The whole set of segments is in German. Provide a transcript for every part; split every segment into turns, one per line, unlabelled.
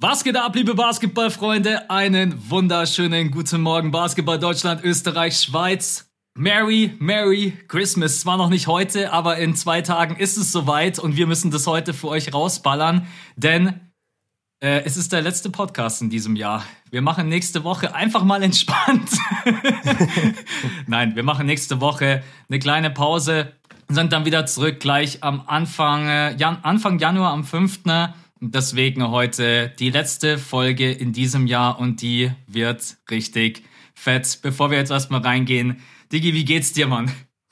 Was geht ab, liebe Basketballfreunde? Einen wunderschönen guten Morgen, Basketball Deutschland, Österreich, Schweiz. Merry Christmas. Zwar noch nicht heute, aber in 2 Tagen ist es soweit und wir müssen das heute für euch rausballern, denn es ist der letzte Podcast in diesem Jahr. Wir machen nächste Woche einfach mal entspannt. Nein, wir machen nächste Woche eine kleine Pause und sind dann wieder zurück gleich am Anfang Januar, am 5. Deswegen heute die letzte Folge in diesem Jahr und die wird richtig fett. Bevor wir jetzt erstmal reingehen, Diggi, wie geht's dir, Mann?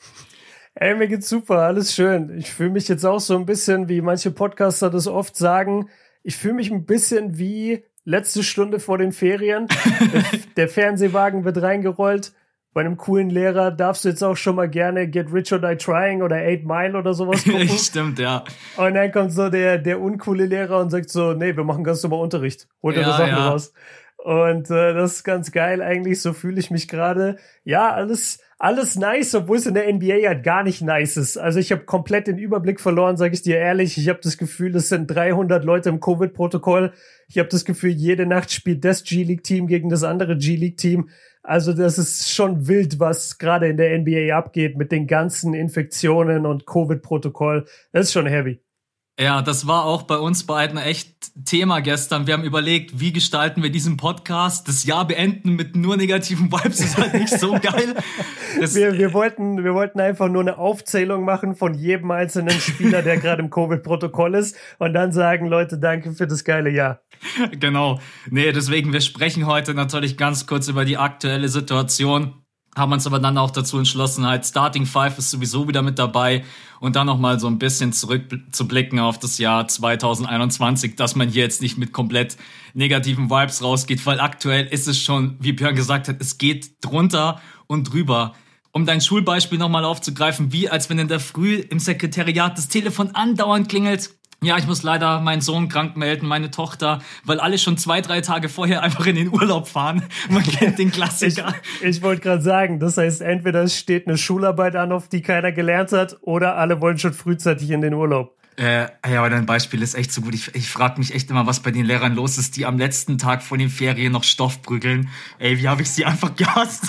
Ey, mir geht's super, alles schön. Ich fühle mich jetzt auch so ein bisschen, wie manche Podcaster das oft sagen, ich fühle mich ein bisschen wie letzte Stunde vor den Ferien. Der Fernsehwagen wird reingerollt. Bei einem coolen Lehrer darfst du jetzt auch schon mal gerne Get Rich or Die Trying oder 8 Mile oder sowas gucken.
Stimmt, ja.
Und dann kommt so der uncoole Lehrer und sagt so, nee, wir machen ganz normal Unterricht. Holt eure Sachen raus. Und das ist ganz geil eigentlich, so fühle ich mich gerade. Ja, alles nice, obwohl es in der NBA halt gar nicht nice ist. Also ich habe komplett den Überblick verloren, sage ich dir ehrlich. Ich habe das Gefühl, es sind 300 Leute im Covid-Protokoll. Ich habe das Gefühl, jede Nacht spielt das G-League-Team gegen das andere G-League-Team. Also das ist schon wild, was gerade in der NBA abgeht mit den ganzen Infektionen und Covid-Protokoll. Das ist schon heavy.
Ja, das war auch bei uns beiden echt Thema gestern. Wir haben überlegt, wie gestalten wir diesen Podcast? Das Jahr beenden mit nur negativen Vibes ist halt nicht so geil.
Wir wollten einfach nur eine Aufzählung machen von jedem einzelnen Spieler, der gerade im Covid-Protokoll ist und dann sagen, Leute, danke für das geile Jahr.
Genau. Nee, deswegen, wir sprechen heute natürlich ganz kurz über die aktuelle Situation. Haben uns aber dann auch dazu entschlossen, halt Starting Five ist sowieso wieder mit dabei und dann nochmal so ein bisschen zurück zu blicken auf das Jahr 2021, dass man hier jetzt nicht mit komplett negativen Vibes rausgeht, weil aktuell ist es schon, wie Björn gesagt hat, es geht drunter und drüber. Um dein Schulbeispiel nochmal aufzugreifen, wie als wenn in der Früh im Sekretariat das Telefon andauernd klingelt. Ja, ich muss leider meinen Sohn krank melden, meine Tochter, weil alle schon 2-3 Tage vorher einfach in den Urlaub fahren. Man kennt den Klassiker.
Ich wollte gerade sagen, das heißt, entweder es steht eine Schularbeit an, auf die keiner gelernt hat, oder alle wollen schon frühzeitig in den Urlaub.
Ja, aber dein Beispiel ist echt so gut. Ich frage mich echt immer, was bei den Lehrern los ist, die am letzten Tag vor den Ferien noch Stoff prügeln. Ey, wie habe ich sie einfach gehasst.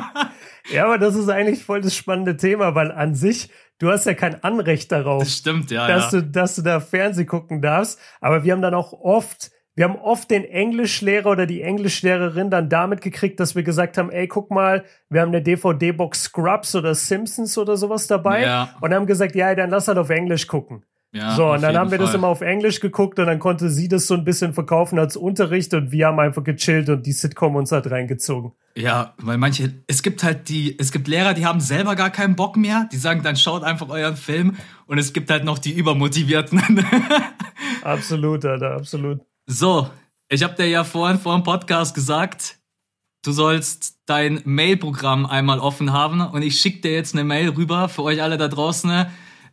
Ja, aber das ist eigentlich voll das spannende Thema, weil an sich, du hast ja kein Anrecht darauf.
Das stimmt, ja.
Dass du da Fernsehen gucken darfst. Aber wir haben dann auch oft den Englischlehrer oder die Englischlehrerin dann damit gekriegt, dass wir gesagt haben, ey, guck mal, wir haben eine DVD-Box Scrubs oder Simpsons oder sowas dabei.
Ja.
Und haben gesagt, ja, dann lass halt auf Englisch gucken.
Ja,
so, und dann haben wir
Fall.
das immer auf Englisch geguckt und dann konnte sie das so ein bisschen verkaufen als Unterricht und wir haben einfach gechillt und die Sitcom uns halt reingezogen.
Ja, weil es gibt Lehrer, die haben selber gar keinen Bock mehr, die sagen, dann schaut einfach euren Film und es gibt halt noch die Übermotivierten.
Absolut, Alter, absolut.
So, ich habe dir ja vorhin vor dem Podcast gesagt, du sollst dein Mail-Programm einmal offen haben und ich schicke dir jetzt eine Mail rüber für euch alle da draußen.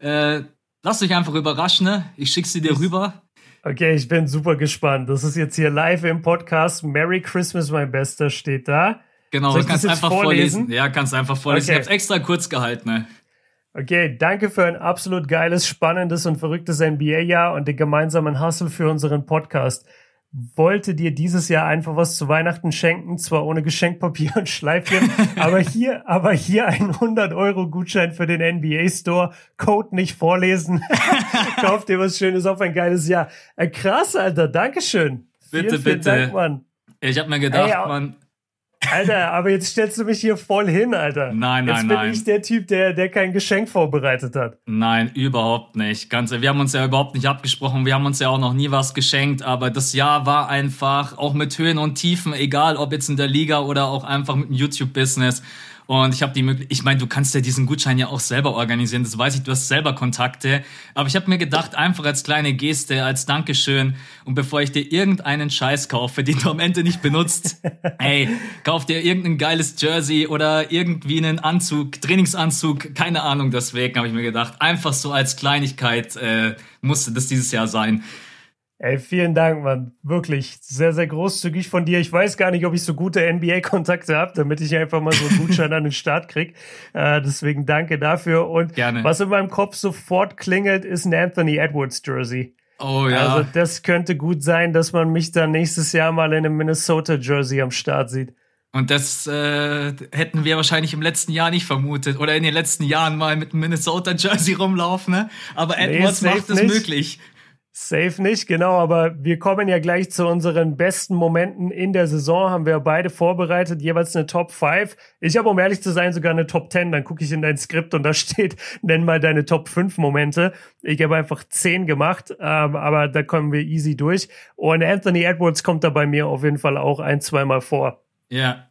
Lasst euch einfach überraschen, ne? Ich schicke sie dir rüber.
Okay, ich bin super gespannt. Das ist jetzt hier live im Podcast. Merry Christmas, mein Bester, steht da.
Genau, du kannst einfach vorlesen. Ja, kannst einfach vorlesen. Okay. Ich hab's extra kurz gehalten, ne?
Okay, danke für ein absolut geiles, spannendes und verrücktes NBA-Jahr und den gemeinsamen Hustle für unseren Podcast. Wollte dir dieses Jahr einfach was zu Weihnachten schenken, zwar ohne Geschenkpapier und Schleifchen, aber hier ein 100-Euro-Gutschein für den NBA-Store. Code nicht vorlesen. Kauf dir was Schönes auf ein geiles Jahr. Krass, Alter, Dankeschön.
Bitte.
Vielen Dank, Mann.
Ich hab mir gedacht, Mann.
Alter, aber jetzt stellst du mich hier voll hin, Alter.
Nein.
Jetzt bin ich der Typ, der kein Geschenk vorbereitet hat.
Nein, überhaupt nicht. Wir haben uns ja überhaupt nicht abgesprochen. Wir haben uns ja auch noch nie was geschenkt. Aber das Jahr war einfach, auch mit Höhen und Tiefen, egal ob jetzt in der Liga oder auch einfach mit dem YouTube-Business. Und ich habe die Möglichkeit, ich meine, du kannst ja diesen Gutschein ja auch selber organisieren, das weiß ich, du hast selber Kontakte. Aber ich habe mir gedacht, einfach als kleine Geste, als Dankeschön und bevor ich dir irgendeinen Scheiß kaufe, den du am Ende nicht benutzt, ey, kauf dir irgendein geiles Jersey oder irgendwie einen Anzug, Trainingsanzug, keine Ahnung, deswegen habe ich mir gedacht, einfach so als Kleinigkeit musste das dieses Jahr sein.
Ey, vielen Dank, Mann. Wirklich sehr, sehr großzügig von dir. Ich weiß gar nicht, ob ich so gute NBA-Kontakte habe, damit ich einfach mal so einen Gutschein an den Start krieg. Deswegen danke dafür. Und
gerne.
Was in meinem Kopf sofort klingelt, ist ein Anthony Edwards Jersey.
Oh ja.
Also das könnte gut sein, dass man mich dann nächstes Jahr mal in einem Minnesota-Jersey am Start sieht.
Und das hätten wir wahrscheinlich im letzten Jahr nicht vermutet. Oder in den letzten Jahren mal mit einem Minnesota-Jersey rumlaufen. Ne? Aber Edwards macht es möglich.
Safe nicht, genau. Aber wir kommen ja gleich zu unseren besten Momenten in der Saison. Haben wir beide vorbereitet, jeweils eine Top 5. Ich habe, um ehrlich zu sein, sogar eine Top 10. Dann gucke ich in dein Skript und da steht, nenn mal deine Top 5 Momente. Ich habe einfach 10 gemacht, aber da kommen wir easy durch. Und Anthony Edwards kommt da bei mir auf jeden Fall auch 1-2 Mal vor.
Ja.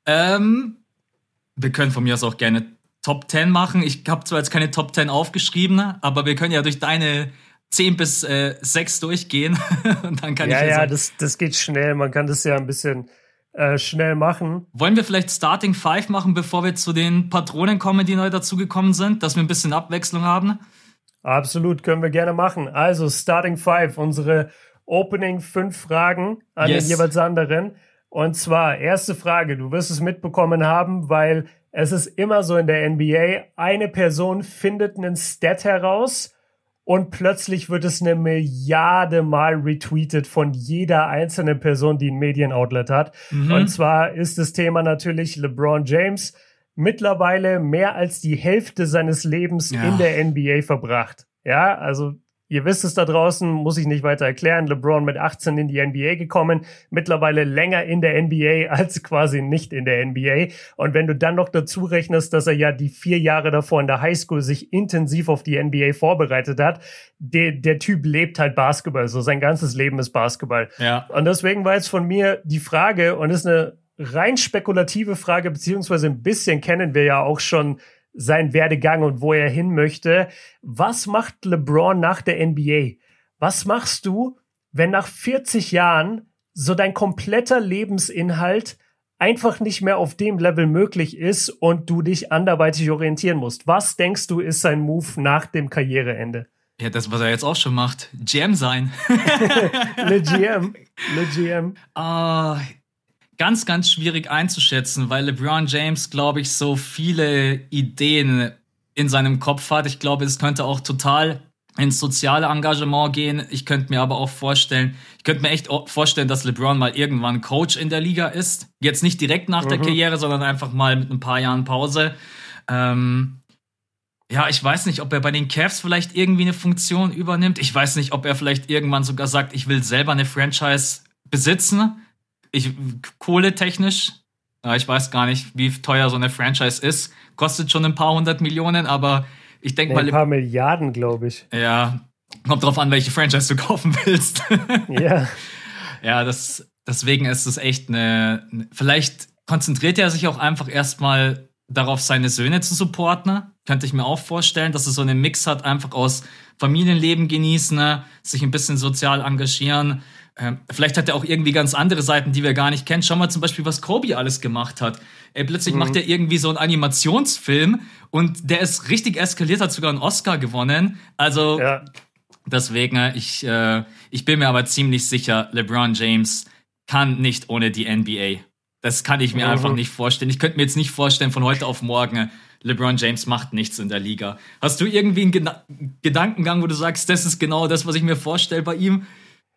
Wir können von mir aus auch gerne Top 10 machen. Ich habe zwar jetzt keine Top 10 aufgeschrieben, aber wir können ja durch deine 10 bis 6 durchgehen. Und dann kann
das geht schnell. Man kann das ja ein bisschen schnell machen.
Wollen wir vielleicht Starting 5 machen, bevor wir zu den Patronen kommen, die neu dazugekommen sind, dass wir ein bisschen Abwechslung haben?
Absolut, können wir gerne machen. Also Starting 5, unsere Opening 5 Fragen an den jeweils anderen. Und zwar, erste Frage, du wirst es mitbekommen haben, weil es ist immer so in der NBA, eine Person findet einen Stat heraus und plötzlich wird es 1 Milliarde Mal retweetet von jeder einzelnen Person, die ein Medienoutlet hat. Und zwar ist das Thema natürlich LeBron James, mittlerweile mehr als die Hälfte seines Lebens in der NBA verbracht. Ja, also ihr wisst es da draußen, muss ich nicht weiter erklären. LeBron mit 18 in die NBA gekommen, mittlerweile länger in der NBA als quasi nicht in der NBA. Und wenn du dann noch dazu rechnest, dass er ja die 4 Jahre davor in der Highschool sich intensiv auf die NBA vorbereitet hat, der Typ lebt halt Basketball. So sein ganzes Leben ist Basketball.
Ja.
Und deswegen war jetzt von mir die Frage, und ist eine rein spekulative Frage, beziehungsweise ein bisschen kennen wir ja auch schon sein Werdegang und wo er hin möchte. Was macht LeBron nach der NBA? Was machst du, wenn nach 40 Jahren so dein kompletter Lebensinhalt einfach nicht mehr auf dem Level möglich ist und du dich anderweitig orientieren musst? Was denkst du, ist sein Move nach dem Karriereende?
Ja, das, was er jetzt auch schon macht. GM sein.
Le GM.
Ganz, ganz schwierig einzuschätzen, weil LeBron James, glaube ich, so viele Ideen in seinem Kopf hat. Ich glaube, es könnte auch total ins soziale Engagement gehen. Ich könnte mir aber auch vorstellen, dass LeBron mal irgendwann Coach in der Liga ist. Jetzt nicht direkt nach der Karriere, sondern einfach mal mit ein paar Jahren Pause. Ich weiß nicht, ob er bei den Cavs vielleicht irgendwie eine Funktion übernimmt. Ich weiß nicht, ob er vielleicht irgendwann sogar sagt, ich will selber eine Franchise besitzen. Kohletechnisch, ich weiß gar nicht, wie teuer so eine Franchise ist. Kostet schon ein paar 100 Millionen, aber ich denke mal...
Ein paar Milliarden, glaube ich.
Ja, kommt drauf an, welche Franchise du kaufen willst.
Ja.
Ja, deswegen ist es echt vielleicht konzentriert er sich auch einfach erstmal darauf, seine Söhne zu supporten. Könnte ich mir auch vorstellen, dass er so einen Mix hat, einfach aus Familienleben genießen, sich ein bisschen sozial engagieren. Vielleicht hat er auch irgendwie ganz andere Seiten, die wir gar nicht kennen. Schau mal zum Beispiel, was Kobe alles gemacht hat. Plötzlich macht er irgendwie so einen Animationsfilm und der ist richtig eskaliert, hat sogar einen Oscar gewonnen. Also deswegen, ich bin mir aber ziemlich sicher, LeBron James kann nicht ohne die NBA. Das kann ich mir einfach nicht vorstellen. Ich könnte mir jetzt nicht vorstellen, von heute auf morgen, LeBron James macht nichts in der Liga. Hast du irgendwie einen Gedankengang, wo du sagst, das ist genau das, was ich mir vorstelle bei ihm?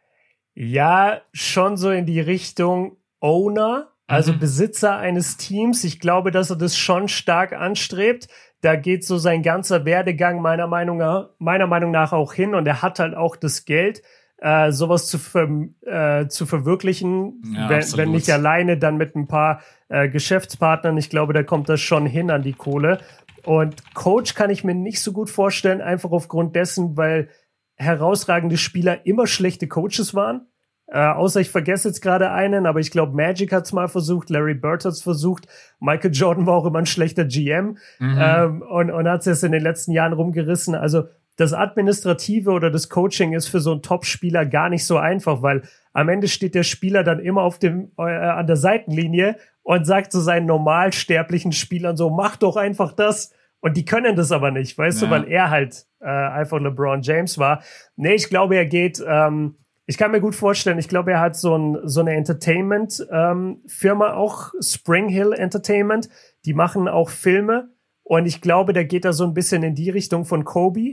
Ja, schon so in die Richtung Owner, also Besitzer eines Teams. Ich glaube, dass er das schon stark anstrebt. Da geht so sein ganzer Werdegang meiner Meinung nach auch hin. Und er hat halt auch das Geld, sowas zu verwirklichen.
Ja,
wenn nicht alleine, dann mit ein paar Geschäftspartnern. Ich glaube, da kommt das schon hin an die Kohle. Und Coach kann ich mir nicht so gut vorstellen, einfach aufgrund dessen, weil herausragende Spieler immer schlechte Coaches waren. Außer ich vergesse jetzt gerade einen, aber ich glaube, Magic hat's mal versucht, Larry Bird hat's versucht, Michael Jordan war auch immer ein schlechter GM und hat's jetzt in den letzten Jahren rumgerissen. Also das Administrative oder das Coaching ist für so einen Top-Spieler gar nicht so einfach, weil am Ende steht der Spieler dann immer an der Seitenlinie und sagt zu seinen normalsterblichen Spielern so, mach doch einfach das. Und die können das aber nicht, weißt du, weil er halt einfach LeBron James war. Nee, ich glaube, er geht, ich kann mir gut vorstellen, ich glaube, er hat so eine Entertainment-Firma auch, Spring Hill Entertainment, die machen auch Filme und ich glaube, der geht da so ein bisschen in die Richtung von Kobe.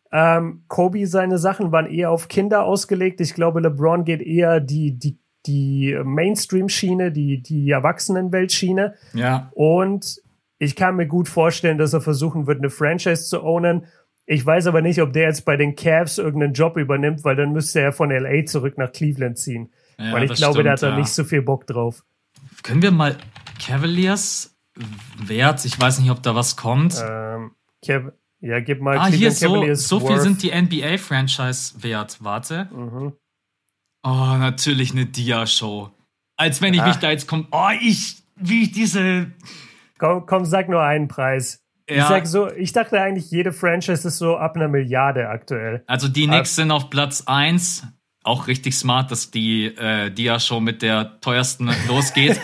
Kobe, seine Sachen waren eher auf Kinder ausgelegt. Ich glaube, LeBron geht eher die Mainstream-Schiene, die Erwachsenenwelt-Schiene.
Ja.
Und ich kann mir gut vorstellen, dass er versuchen wird, eine Franchise zu ownen. Ich weiß aber nicht, ob der jetzt bei den Cavs irgendeinen Job übernimmt, weil dann müsste er von LA zurück nach Cleveland ziehen.
Ja,
weil ich glaube,
stimmt,
der hat da nicht so viel Bock drauf.
Können wir mal Cavaliers Wert? Ich weiß nicht, ob da was kommt.
Gib mal
Cleveland hier
Cavaliers
so viel sind die NBA-Franchise wert. Warte. Oh, natürlich eine Dia-Show. Als wenn ich mich da jetzt komme. Oh, wie ich diese...
Komm, sag nur einen Preis.
Ja.
Ich dachte eigentlich, jede Franchise ist so ab 1 Milliarde aktuell.
Also die Knicks sind auf Platz 1. Auch richtig smart, dass die Dia-Show mit der teuersten losgeht.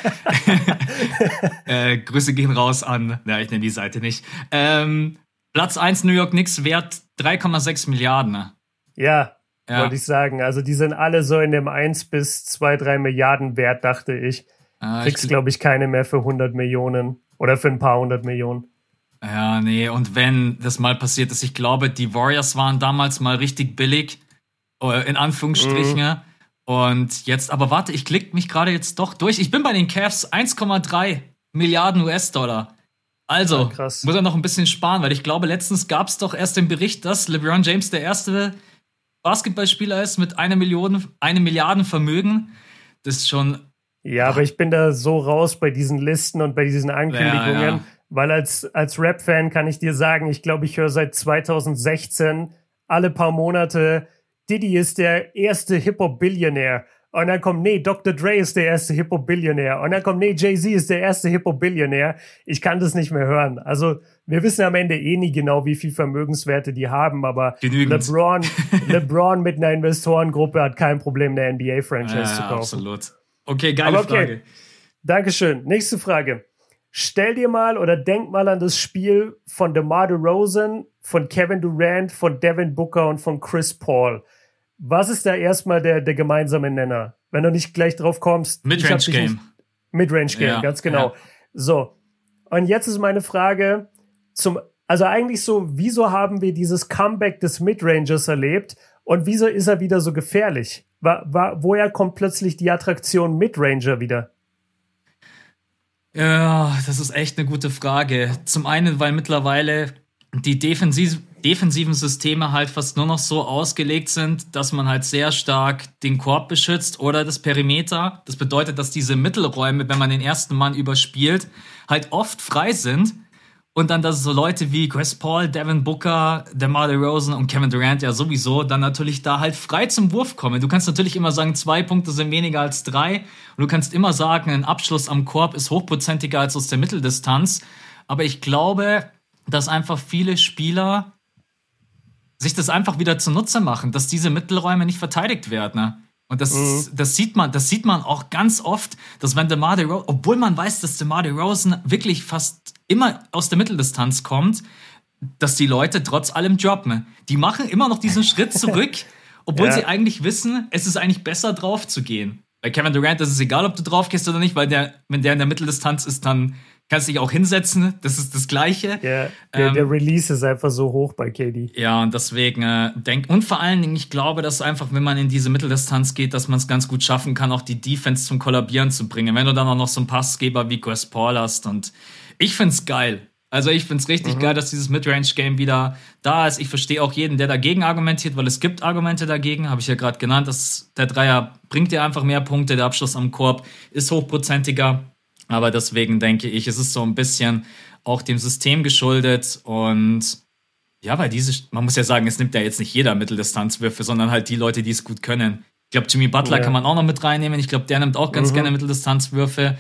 Grüße gehen raus an... Ja, ich nenne die Seite nicht. Platz 1 New York Knicks wert 3,6 Milliarden.
Ja, wollte ich sagen. Also die sind alle so in dem 1 bis 2, 3 Milliarden Wert, dachte ich. Kriegst, glaube ich, keine mehr für 100 Millionen oder für ein paar 100 Millionen.
Ja, nee, und wenn das mal passiert ist, ich glaube, die Warriors waren damals mal richtig billig, in Anführungsstrichen. Und jetzt, aber warte, ich klicke mich gerade jetzt doch durch. Ich bin bei den Cavs 1,3 Milliarden US-Dollar. Also, muss er noch ein bisschen sparen, weil ich glaube, letztens gab es doch erst den Bericht, dass LeBron James der erste Basketballspieler ist mit 1 Milliarden Vermögen. Das ist schon...
Ja, aber ich bin da so raus bei diesen Listen und bei diesen Ankündigungen, weil als Rap-Fan kann ich dir sagen, ich glaube, ich höre seit 2016 alle paar Monate, Diddy ist der erste Hip-Hop-Billionär. Und dann kommt, Dr. Dre ist der erste Hip-Hop-Billionär. Und dann kommt, Jay-Z ist der erste Hip-Hop-Billionär. Ich kann das nicht mehr hören. Also, wir wissen am Ende nie genau, wie viel Vermögenswerte die haben, aber LeBron mit einer Investorengruppe hat kein Problem, eine NBA-Franchise zu kaufen.
Absolut. Okay, geile Frage.
Dankeschön. Nächste Frage. Stell dir mal oder denk mal an das Spiel von DeMar DeRozan, von Kevin Durant, von Devin Booker und von Chris Paul. Was ist da erstmal der gemeinsame Nenner? Wenn du nicht gleich drauf kommst.
Midrange-Game.
Midrange-Game, ganz genau. Ja. So. Und jetzt ist meine Frage also eigentlich so, wieso haben wir dieses Comeback des Midrangers erlebt und wieso ist er wieder so gefährlich? Woher kommt plötzlich die Attraktion Midranger wieder?
Ja, das ist echt eine gute Frage. Zum einen, weil mittlerweile die defensiven Systeme halt fast nur noch so ausgelegt sind, dass man halt sehr stark den Korb beschützt oder das Perimeter. Das bedeutet, dass diese Mittelräume, wenn man den ersten Mann überspielt, halt oft frei sind. Und dann, dass so Leute wie Chris Paul, Devin Booker, DeMar DeRozan und Kevin Durant ja sowieso dann natürlich da halt frei zum Wurf kommen. Du kannst natürlich immer sagen, 2 Punkte sind weniger als 3. Und du kannst immer sagen, ein Abschluss am Korb ist hochprozentiger als aus der Mitteldistanz. Aber ich glaube, dass einfach viele Spieler sich das einfach wieder zunutze machen, dass diese Mittelräume nicht verteidigt werden. Ne? Und das sieht man auch ganz oft, dass wenn DeMar DeRozan, obwohl man weiß, dass DeMar DeRozan wirklich fast immer aus der Mitteldistanz kommt, dass die Leute trotz allem droppen. Die machen immer noch diesen Schritt zurück, obwohl sie eigentlich wissen, es ist eigentlich besser drauf zu gehen. Bei Kevin Durant ist es egal, ob du drauf gehst oder nicht, weil wenn der in der Mitteldistanz ist, dann kannst du dich auch hinsetzen, das ist das Gleiche.
Ja, der Release ist einfach so hoch bei KD.
Ja, und deswegen und vor allen Dingen, ich glaube, dass einfach, wenn man in diese Mitteldistanz geht, dass man es ganz gut schaffen kann, auch die Defense zum Kollabieren zu bringen. Wenn du dann auch noch so einen Passgeber wie Chris Paul hast, und ich find's geil. Also ich find's richtig geil, dass dieses Midrange-Game wieder da ist. Ich verstehe auch jeden, der dagegen argumentiert, weil es gibt Argumente dagegen, habe ich ja gerade genannt, dass der Dreier bringt dir einfach mehr Punkte, der Abschluss am Korb ist hochprozentiger. Aber deswegen denke ich, es ist so ein bisschen auch dem System geschuldet. Und ja, weil man muss ja sagen, es nimmt ja jetzt nicht jeder Mitteldistanzwürfe, sondern halt die Leute, die es gut können. Ich glaube, Jimmy Butler kann man auch noch mit reinnehmen. Ich glaube, der nimmt auch ganz gerne Mitteldistanzwürfe.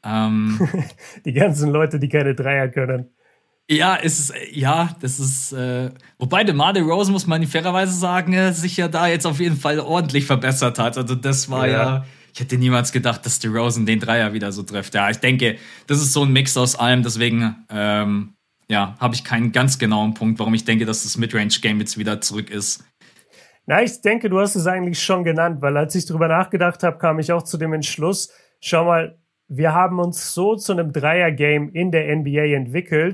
Die ganzen Leute, die keine Dreier können.
Ja, das ist, wobei DeMar DeRozan, muss man fairerweise sagen, sich ja da jetzt auf jeden Fall ordentlich verbessert hat. Also das war ich hätte niemals gedacht, dass DeRozan den Dreier wieder so trifft. Ja, ich denke, das ist so ein Mix aus allem, deswegen, habe ich keinen ganz genauen Punkt, warum ich denke, dass das Midrange-Game jetzt wieder zurück ist.
Na, ich denke, du hast es eigentlich schon genannt, weil als ich drüber nachgedacht habe, kam ich auch zu dem Entschluss, schau mal, wir haben uns so zu einem Dreier-Game in der NBA entwickelt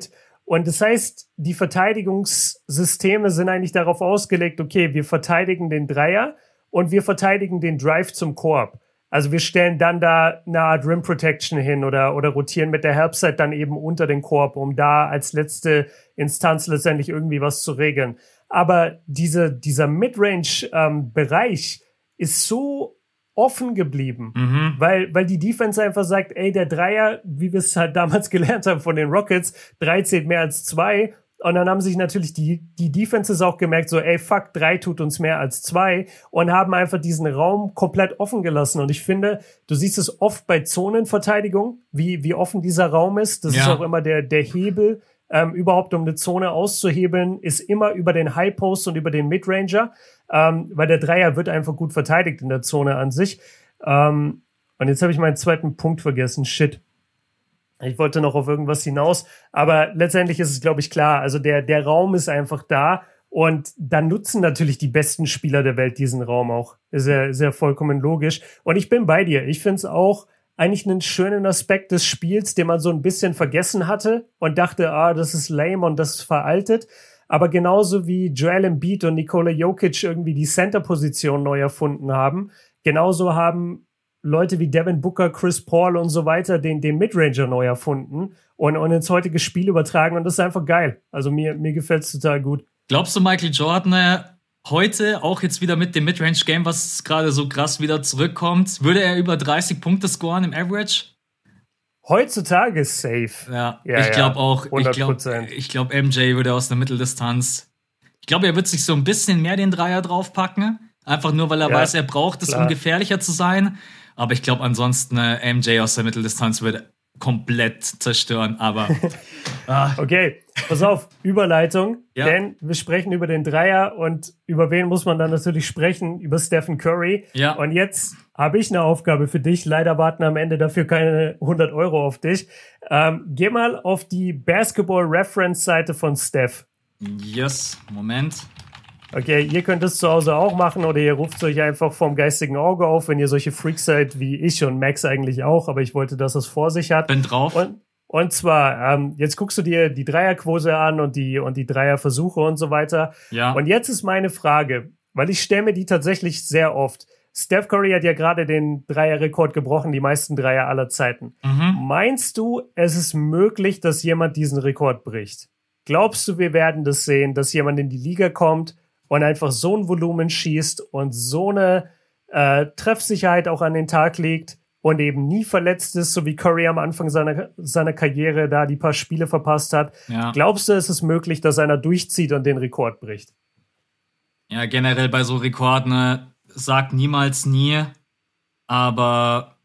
Und das heißt, die Verteidigungssysteme sind eigentlich darauf ausgelegt, okay, wir verteidigen den Dreier und wir verteidigen den Drive zum Korb. Also wir stellen dann da eine Art Rim Protection hin oder rotieren mit der Helpside dann eben unter den Korb, um da als letzte Instanz letztendlich irgendwie was zu regeln. Aber dieser Midrange-Bereich ist so offen geblieben, weil die Defense einfach sagt, ey, der Dreier, wie wir es halt damals gelernt haben von den Rockets, 3 zählt mehr als 2. Und dann haben sich natürlich die Defenses auch gemerkt, so, ey, fuck, 3 tut uns mehr als 2 und haben einfach diesen Raum komplett offen gelassen. Und ich finde, du siehst es oft bei Zonenverteidigung, wie offen dieser Raum ist. Das ist auch immer der Hebel, überhaupt um eine Zone auszuhebeln, ist immer über den High Post und über den Midranger, weil der Dreier wird einfach gut verteidigt in der Zone an sich. Und jetzt habe ich meinen zweiten Punkt vergessen. Shit. Ich wollte noch auf irgendwas hinaus, aber letztendlich ist es, glaube ich, klar. Also der Raum ist einfach da und dann nutzen natürlich die besten Spieler der Welt diesen Raum auch. Ist ja vollkommen logisch. Und ich bin bei dir. Ich finde es auch eigentlich einen schönen Aspekt des Spiels, den man so ein bisschen vergessen hatte und dachte, das ist lame und das ist veraltet. Aber genauso wie Joel Embiid und Nikola Jokic irgendwie die Center-Position neu erfunden haben, genauso haben Leute wie Devin Booker, Chris Paul und so weiter den Midranger neu erfunden und ins heutige Spiel übertragen und das ist einfach geil. Also mir gefällt's total gut.
Glaubst du, Michael Jordan heute auch jetzt wieder mit dem Midrange-Game, was gerade so krass wieder zurückkommt, würde er über 30 Punkte scoren im Average?
Heutzutage safe.
Ja, ich glaube auch.
100%.
Ich glaube, MJ würde aus der Mitteldistanz. Ich glaube, er wird sich so ein bisschen mehr den Dreier draufpacken. Einfach nur, weil er weiß, er braucht es, um gefährlicher zu sein. Aber ich glaube, ansonsten MJ aus der Mitteldistanz würde komplett zerstören. Aber
okay, pass auf, Überleitung. Denn wir sprechen über den Dreier und über wen muss man dann natürlich sprechen? Über Stephen Curry.
Ja.
Und jetzt habe ich eine Aufgabe für dich. Leider warten am Ende dafür keine 100 Euro auf dich. Geh mal auf die Basketball-Reference-Seite von Steph.
Yes, Moment.
Okay, ihr könnt es zu Hause auch machen oder ihr ruft es euch einfach vom geistigen Auge auf, wenn ihr solche Freaks seid wie ich und Max eigentlich auch, aber ich wollte, dass er es vor sich hat.
Bin drauf.
Und zwar, jetzt guckst du dir die Dreierquote an und die Dreierversuche und so weiter.
Ja.
Und jetzt ist meine Frage, weil ich stelle mir die tatsächlich sehr oft. Steph Curry hat ja gerade den Dreierrekord gebrochen, die meisten Dreier aller Zeiten. Meinst du, es ist möglich, dass jemand diesen Rekord bricht? Glaubst du, wir werden das sehen, dass jemand in die Liga kommt und einfach so ein Volumen schießt und so eine Treffsicherheit auch an den Tag legt und eben nie verletzt ist, so wie Curry am Anfang seiner Karriere da die paar Spiele verpasst hat? Ja. Glaubst du, es ist möglich, dass einer durchzieht und den Rekord bricht?
Ja, generell bei so Rekorden sagt niemals nie, aber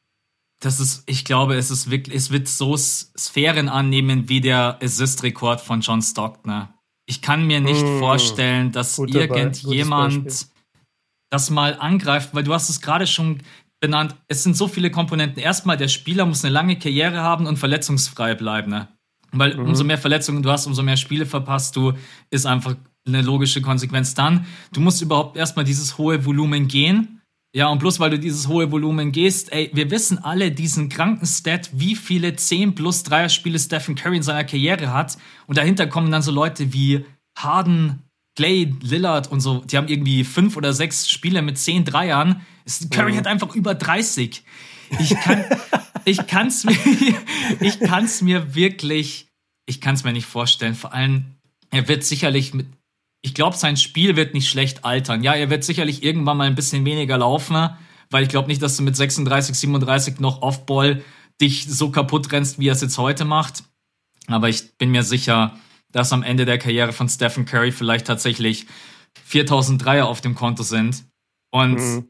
ich glaube, es wird so Sphären annehmen wie der Assist-Rekord von John Stockton. Ich kann mir nicht vorstellen, dass irgendjemand das mal angreift, weil du hast es gerade schon benannt, es sind so viele Komponenten. Erstmal, der Spieler muss eine lange Karriere haben und verletzungsfrei bleiben. Ne? Weil umso mehr Verletzungen du hast, umso mehr Spiele verpasst du, ist einfach eine logische Konsequenz. Dann, du musst überhaupt erstmal dieses hohe Volumen gehen. Ja, und bloß weil du dieses hohe Volumen gehst, wir wissen alle diesen kranken Stat, wie viele 10+3er-Spiele Stephen Curry in seiner Karriere hat. Und dahinter kommen dann so Leute wie Harden, Clay, Lillard und so. Die haben irgendwie 5 oder 6 Spiele mit 10 Dreiern. Curry hat einfach über 30. Ich kann's mir nicht vorstellen. Vor allem, er wird sicherlich ich glaube, sein Spiel wird nicht schlecht altern. Ja, er wird sicherlich irgendwann mal ein bisschen weniger laufen, weil ich glaube nicht, dass du mit 36, 37 noch Offball dich so kaputt rennst, wie er es jetzt heute macht. Aber ich bin mir sicher, dass am Ende der Karriere von Stephen Curry vielleicht tatsächlich 4000 Dreier auf dem Konto sind. Und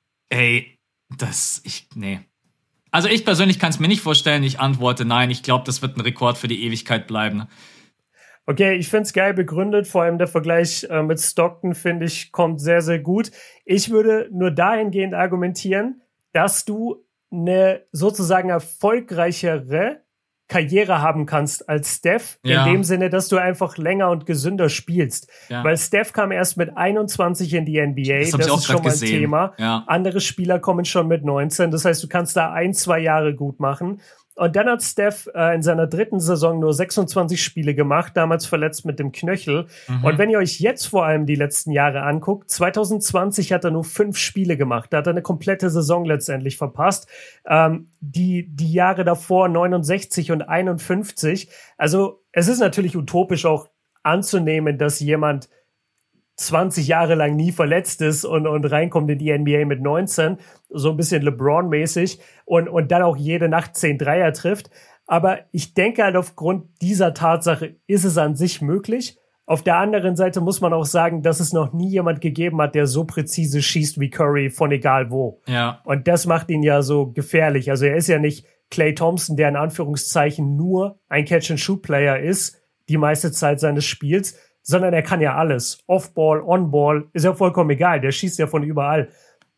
nee. Also ich persönlich kann es mir nicht vorstellen. Ich antworte nein. Ich glaube, das wird ein Rekord für die Ewigkeit bleiben.
Okay, ich find's geil begründet, vor allem der Vergleich mit Stockton, finde ich, kommt sehr, sehr gut. Ich würde nur dahingehend argumentieren, dass du eine sozusagen erfolgreichere Karriere haben kannst als Steph, in dem Sinne, dass du einfach länger und gesünder spielst. Ja. Weil Steph kam erst mit 21 in die NBA, das ist schon mal ein Thema. Ja. Andere Spieler kommen schon mit 19, das heißt, du kannst da 1-2 Jahre gut machen. Und dann hat Steph in seiner 3. Saison nur 26 Spiele gemacht, damals verletzt mit dem Knöchel. Und wenn ihr euch jetzt vor allem die letzten Jahre anguckt, 2020 hat er nur 5 Spiele gemacht. Da hat er eine komplette Saison letztendlich verpasst. Die Jahre davor 69 und 51. Also es ist natürlich utopisch auch anzunehmen, dass jemand 20 Jahre lang nie verletzt ist und reinkommt in die NBA mit 19, so ein bisschen LeBron-mäßig und dann auch jede Nacht 10 Dreier trifft. Aber ich denke halt, aufgrund dieser Tatsache ist es an sich möglich. Auf der anderen Seite muss man auch sagen, dass es noch nie jemand gegeben hat, der so präzise schießt wie Curry von egal wo.
Ja.
Und das macht ihn ja so gefährlich. Also er ist ja nicht Klay Thompson, der in Anführungszeichen nur ein Catch-and-Shoot-Player ist, die meiste Zeit seines Spiels, sondern er kann ja alles. Off-Ball, On-Ball, ist ja vollkommen egal. Der schießt ja von überall,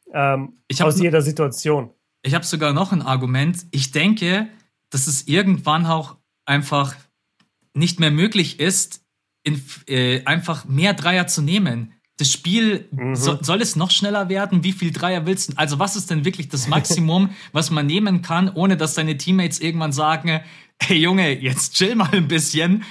aus jeder Situation.
Ich habe sogar noch ein Argument. Ich denke, dass es irgendwann auch einfach nicht mehr möglich ist, einfach mehr Dreier zu nehmen. Das Spiel, soll es noch schneller werden? Wie viel Dreier willst du? Also was ist denn wirklich das Maximum, was man nehmen kann, ohne dass deine Teammates irgendwann sagen, hey Junge, jetzt chill mal ein bisschen.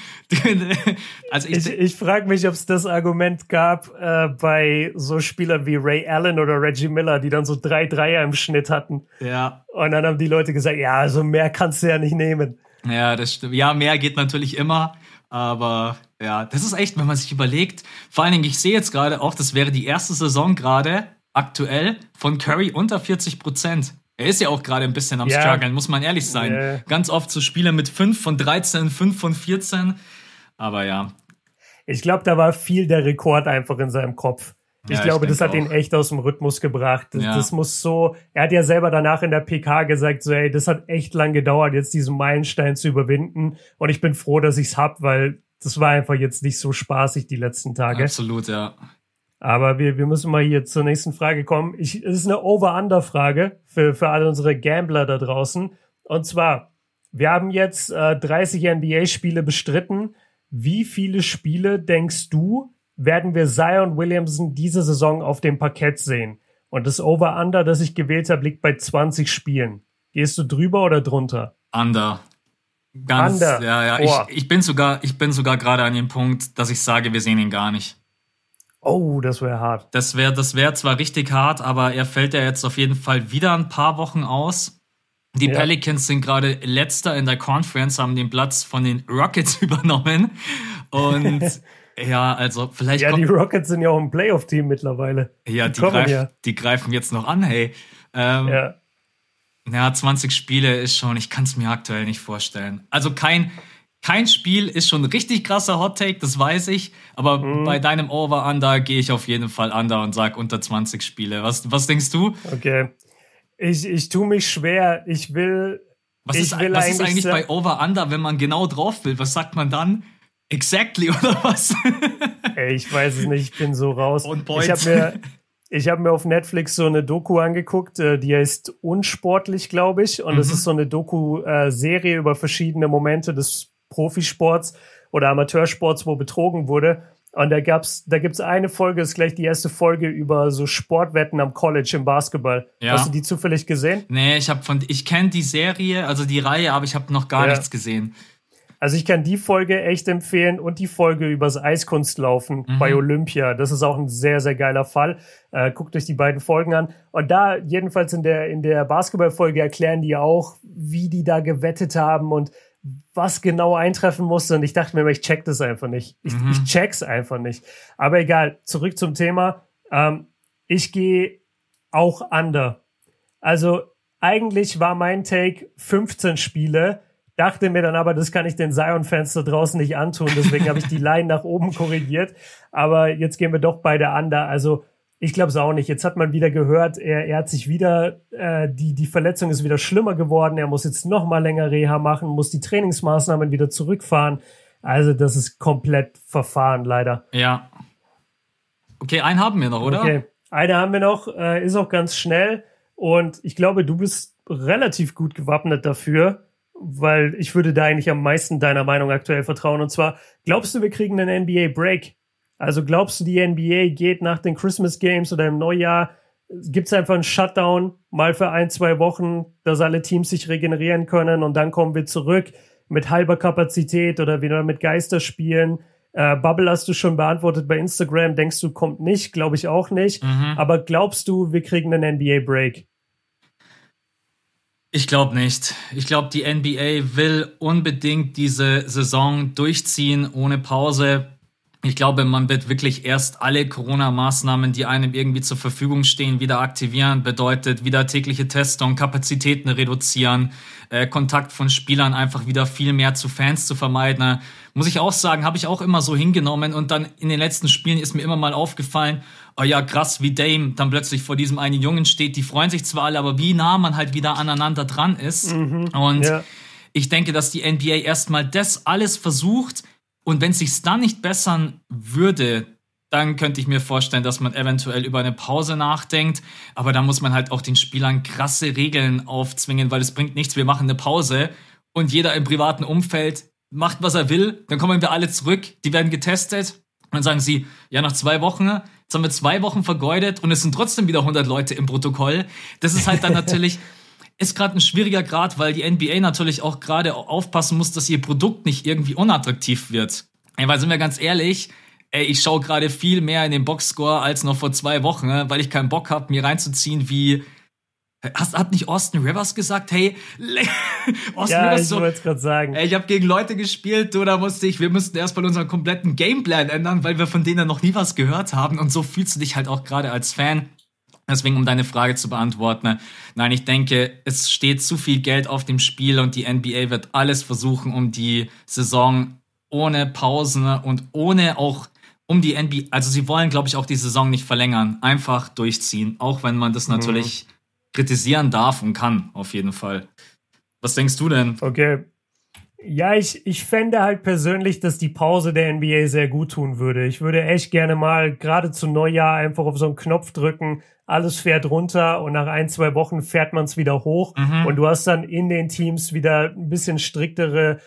Also
ich frage mich, ob es das Argument gab bei so Spielern wie Ray Allen oder Reggie Miller, die dann so 3 Dreier im Schnitt hatten.
Ja.
Und dann haben die Leute gesagt, ja, also mehr kannst du ja nicht nehmen.
Ja, das stimmt. Ja, mehr geht natürlich immer. Aber ja, das ist echt, wenn man sich überlegt, vor allen Dingen, ich sehe jetzt gerade auch, das wäre die erste Saison gerade aktuell von Curry unter 40%. Er ist ja auch gerade ein bisschen am struggeln, muss man ehrlich sein. Yeah. Ganz oft so Spiele mit 5 von 13, 5 von 14. Aber ja.
Ich glaube, da war viel der Rekord einfach in seinem Kopf. Ich glaube, das hat ihn echt aus dem Rhythmus gebracht. Das muss so, er hat ja selber danach in der PK gesagt, so, ey, das hat echt lang gedauert, jetzt diesen Meilenstein zu überwinden. Und ich bin froh, dass ich's hab, weil das war einfach jetzt nicht so spaßig die letzten Tage.
Absolut, ja.
Aber wir müssen mal hier zur nächsten Frage kommen. Es ist eine Over-Under-Frage für alle unsere Gambler da draußen. Und zwar, wir haben jetzt 30 NBA-Spiele bestritten. Wie viele Spiele, denkst du, werden wir Zion Williamson diese Saison auf dem Parkett sehen? Und das Over-Under, das ich gewählt habe, liegt bei 20 Spielen. Gehst du drüber oder drunter?
Under. Under. Ja. Ich bin sogar gerade an dem Punkt, dass ich sage, wir sehen ihn gar nicht.
Oh, das wäre hart.
Das wäre zwar richtig hart, aber er fällt ja jetzt auf jeden Fall wieder ein paar Wochen aus. Die Pelicans sind gerade Letzter in der Conference, haben den Platz von den Rockets übernommen. Und ja, also vielleicht.
Ja, die Rockets sind ja auch ein Playoff-Team mittlerweile.
Ja, die greifen jetzt noch an, hey. Ja, 20 Spiele ist schon, ich kann es mir aktuell nicht vorstellen. Also kein Spiel ist schon ein richtig krasser Hot-Take, das weiß ich. Aber bei deinem Over-Under gehe ich auf jeden Fall under und sag unter 20 Spiele. Was denkst du?
Okay. Ich tue mich schwer.
Was ist eigentlich bei Over-Under, wenn man genau drauf will? Was sagt man dann? Exactly, oder was?
Ey, ich weiß es nicht, ich bin so raus. Ich hab mir auf Netflix so eine Doku angeguckt, die heißt Unsportlich, glaube ich. Und das ist so eine Doku-Serie über verschiedene Momente des Profisports oder Amateursports, wo betrogen wurde. Und da gibt's eine Folge, ist gleich die erste Folge über so Sportwetten am College im Basketball. Ja. Hast du die zufällig gesehen?
Nee, ich kenne die Serie, also die Reihe, aber ich habe noch gar nichts gesehen.
Also ich kann die Folge echt empfehlen und die Folge übers Eiskunstlaufen bei Olympia. Das ist auch ein sehr, sehr geiler Fall. Guckt euch die beiden Folgen an. Und da, jedenfalls in der Basketballfolge, erklären die auch, wie die da gewettet haben und was genau eintreffen musste. Und ich dachte mir, ich check das einfach nicht. Ich check's einfach nicht. Aber egal, zurück zum Thema. Ich gehe auch under. Also eigentlich war mein Take 15 Spiele. Dachte mir dann aber, das kann ich den Zion-Fans da draußen nicht antun. Deswegen habe ich die Line nach oben korrigiert. Aber jetzt gehen wir doch beide under. Also ich glaube es auch nicht. Jetzt hat man wieder gehört, er hat sich wieder, die Verletzung ist wieder schlimmer geworden. Er muss jetzt noch mal länger Reha machen, muss die Trainingsmaßnahmen wieder zurückfahren. Also das ist komplett verfahren, leider.
Ja. Okay, einen haben wir noch, oder?
Okay, einen haben wir noch. Ist auch ganz schnell. Und ich glaube, du bist relativ gut gewappnet dafür, weil ich würde da eigentlich am meisten deiner Meinung aktuell vertrauen. Und zwar, glaubst du, wir kriegen einen NBA-Break? Also glaubst du, die NBA geht nach den Christmas Games oder im Neujahr gibt's einfach einen Shutdown, mal für 1-2 Wochen, dass alle Teams sich regenerieren können und dann kommen wir zurück mit halber Kapazität oder wieder mit Geisterspielen. Bubble hast du schon beantwortet bei Instagram. Denkst du, kommt nicht? Glaube ich auch nicht. Aber glaubst du, wir kriegen einen NBA-Break?
Ich glaube nicht. Ich glaube, die NBA will unbedingt diese Saison durchziehen ohne Pause. Ich glaube, man wird wirklich erst alle Corona-Maßnahmen, die einem irgendwie zur Verfügung stehen, wieder aktivieren. Bedeutet wieder tägliche Testung, Kapazitäten reduzieren, Kontakt von Spielern einfach wieder viel mehr zu Fans zu vermeiden. Muss ich auch sagen, habe ich auch immer so hingenommen. Und dann in den letzten Spielen ist mir immer mal aufgefallen, oh ja, krass, wie Dame dann plötzlich vor diesem einen Jungen steht. Die freuen sich zwar alle, aber wie nah man halt wieder aneinander dran ist. Und ich denke, dass die NBA erstmal das alles versucht. Und wenn es sich dann nicht bessern würde, dann könnte ich mir vorstellen, dass man eventuell über eine Pause nachdenkt. Aber da muss man halt auch den Spielern krasse Regeln aufzwingen, weil es bringt nichts. Wir machen eine Pause und jeder im privaten Umfeld macht, was er will. Dann kommen wir alle zurück, die werden getestet. Und dann sagen sie, ja, nach 2 Wochen, jetzt haben wir 2 Wochen vergeudet und es sind trotzdem wieder 100 Leute im Protokoll. Das ist halt dann natürlich... ist gerade ein schwieriger Grad, weil die NBA natürlich auch gerade aufpassen muss, dass ihr Produkt nicht irgendwie unattraktiv wird. Weil sind wir ganz ehrlich, ich schaue gerade viel mehr in den Boxscore als noch vor 2 Wochen, weil ich keinen Bock habe, mir reinzuziehen, wie hat nicht Austin Rivers gesagt, hey,
Austin Rivers ich wollte es gerade sagen.
Ich habe gegen Leute gespielt, wir mussten erstmal unseren kompletten Gameplan ändern, weil wir von denen noch nie was gehört haben und so fühlst du dich halt auch gerade als Fan. Deswegen, um deine Frage zu beantworten, nein, ich denke, es steht zu viel Geld auf dem Spiel und die NBA wird alles versuchen, um die Saison ohne Pausen und ohne auch um die NBA, also sie wollen, glaube ich, auch die Saison nicht verlängern, einfach durchziehen, auch wenn man das natürlich kritisieren darf und kann, auf jeden Fall. Was denkst du denn?
Okay. Ja, ich fände halt persönlich, dass die Pause der NBA sehr gut tun würde. Ich würde echt gerne mal gerade zu Neujahr einfach auf so einen Knopf drücken, alles fährt runter und nach 1-2 Wochen fährt man es wieder hoch und du hast dann in den Teams wieder ein bisschen striktere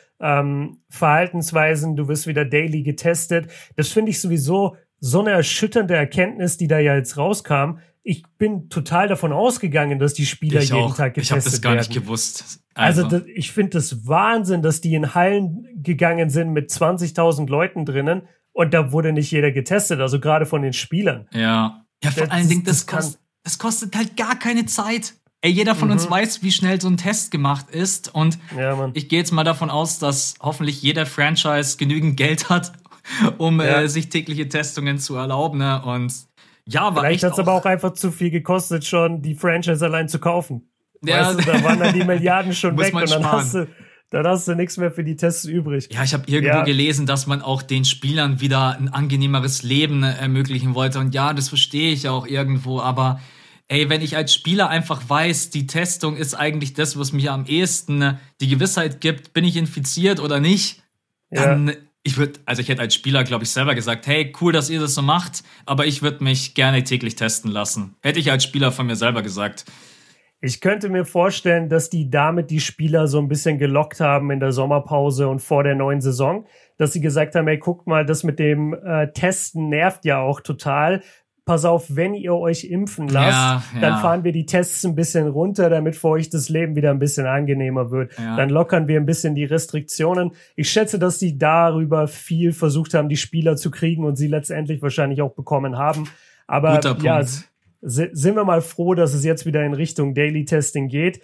Verhaltensweisen, du wirst wieder daily getestet. Das finde ich sowieso so eine erschütternde Erkenntnis, die da ja jetzt rauskam. Ich bin total davon ausgegangen, dass die Spieler jeden Tag getestet werden.
Ich habe das gar nicht gewusst.
Also ich finde das Wahnsinn, dass die in Hallen gegangen sind mit 20.000 Leuten drinnen und da wurde nicht jeder getestet, also gerade von den Spielern.
Ja, vor allen Dingen, das kostet halt gar keine Zeit. Jeder von uns weiß, wie schnell so ein Test gemacht ist und ich gehe jetzt mal davon aus, dass hoffentlich jeder Franchise genügend Geld hat, um sich tägliche Testungen zu erlauben, ne? Und ja, war
vielleicht hat es aber auch einfach zu viel gekostet, schon die Franchise allein zu kaufen. Ja, weißt du, da waren dann die Milliarden schon weg und dann hast du nichts mehr für die Tests übrig.
Ja, ich habe irgendwo gelesen, dass man auch den Spielern wieder ein angenehmeres Leben ermöglichen wollte. Und ja, das verstehe ich auch irgendwo. Aber wenn ich als Spieler einfach weiß, die Testung ist eigentlich das, was mir am ehesten die Gewissheit gibt, bin ich infiziert oder nicht, dann... Ich hätte als Spieler, glaube ich, selber gesagt, hey, cool, dass ihr das so macht, aber ich würde mich gerne täglich testen lassen. Hätte ich als Spieler von mir selber gesagt.
Ich könnte mir vorstellen, dass die damit die Spieler so ein bisschen gelockt haben in der Sommerpause und vor der neuen Saison, dass sie gesagt haben, hey, guckt mal, das mit dem Testen nervt ja auch total. Pass auf, wenn ihr euch impfen lasst, dann fahren wir die Tests ein bisschen runter, damit für euch das Leben wieder ein bisschen angenehmer wird. Ja. Dann lockern wir ein bisschen die Restriktionen. Ich schätze, dass die darüber viel versucht haben, die Spieler zu kriegen und sie letztendlich wahrscheinlich auch bekommen haben. Aber ja, sind wir mal froh, dass es jetzt wieder in Richtung Daily Testing geht.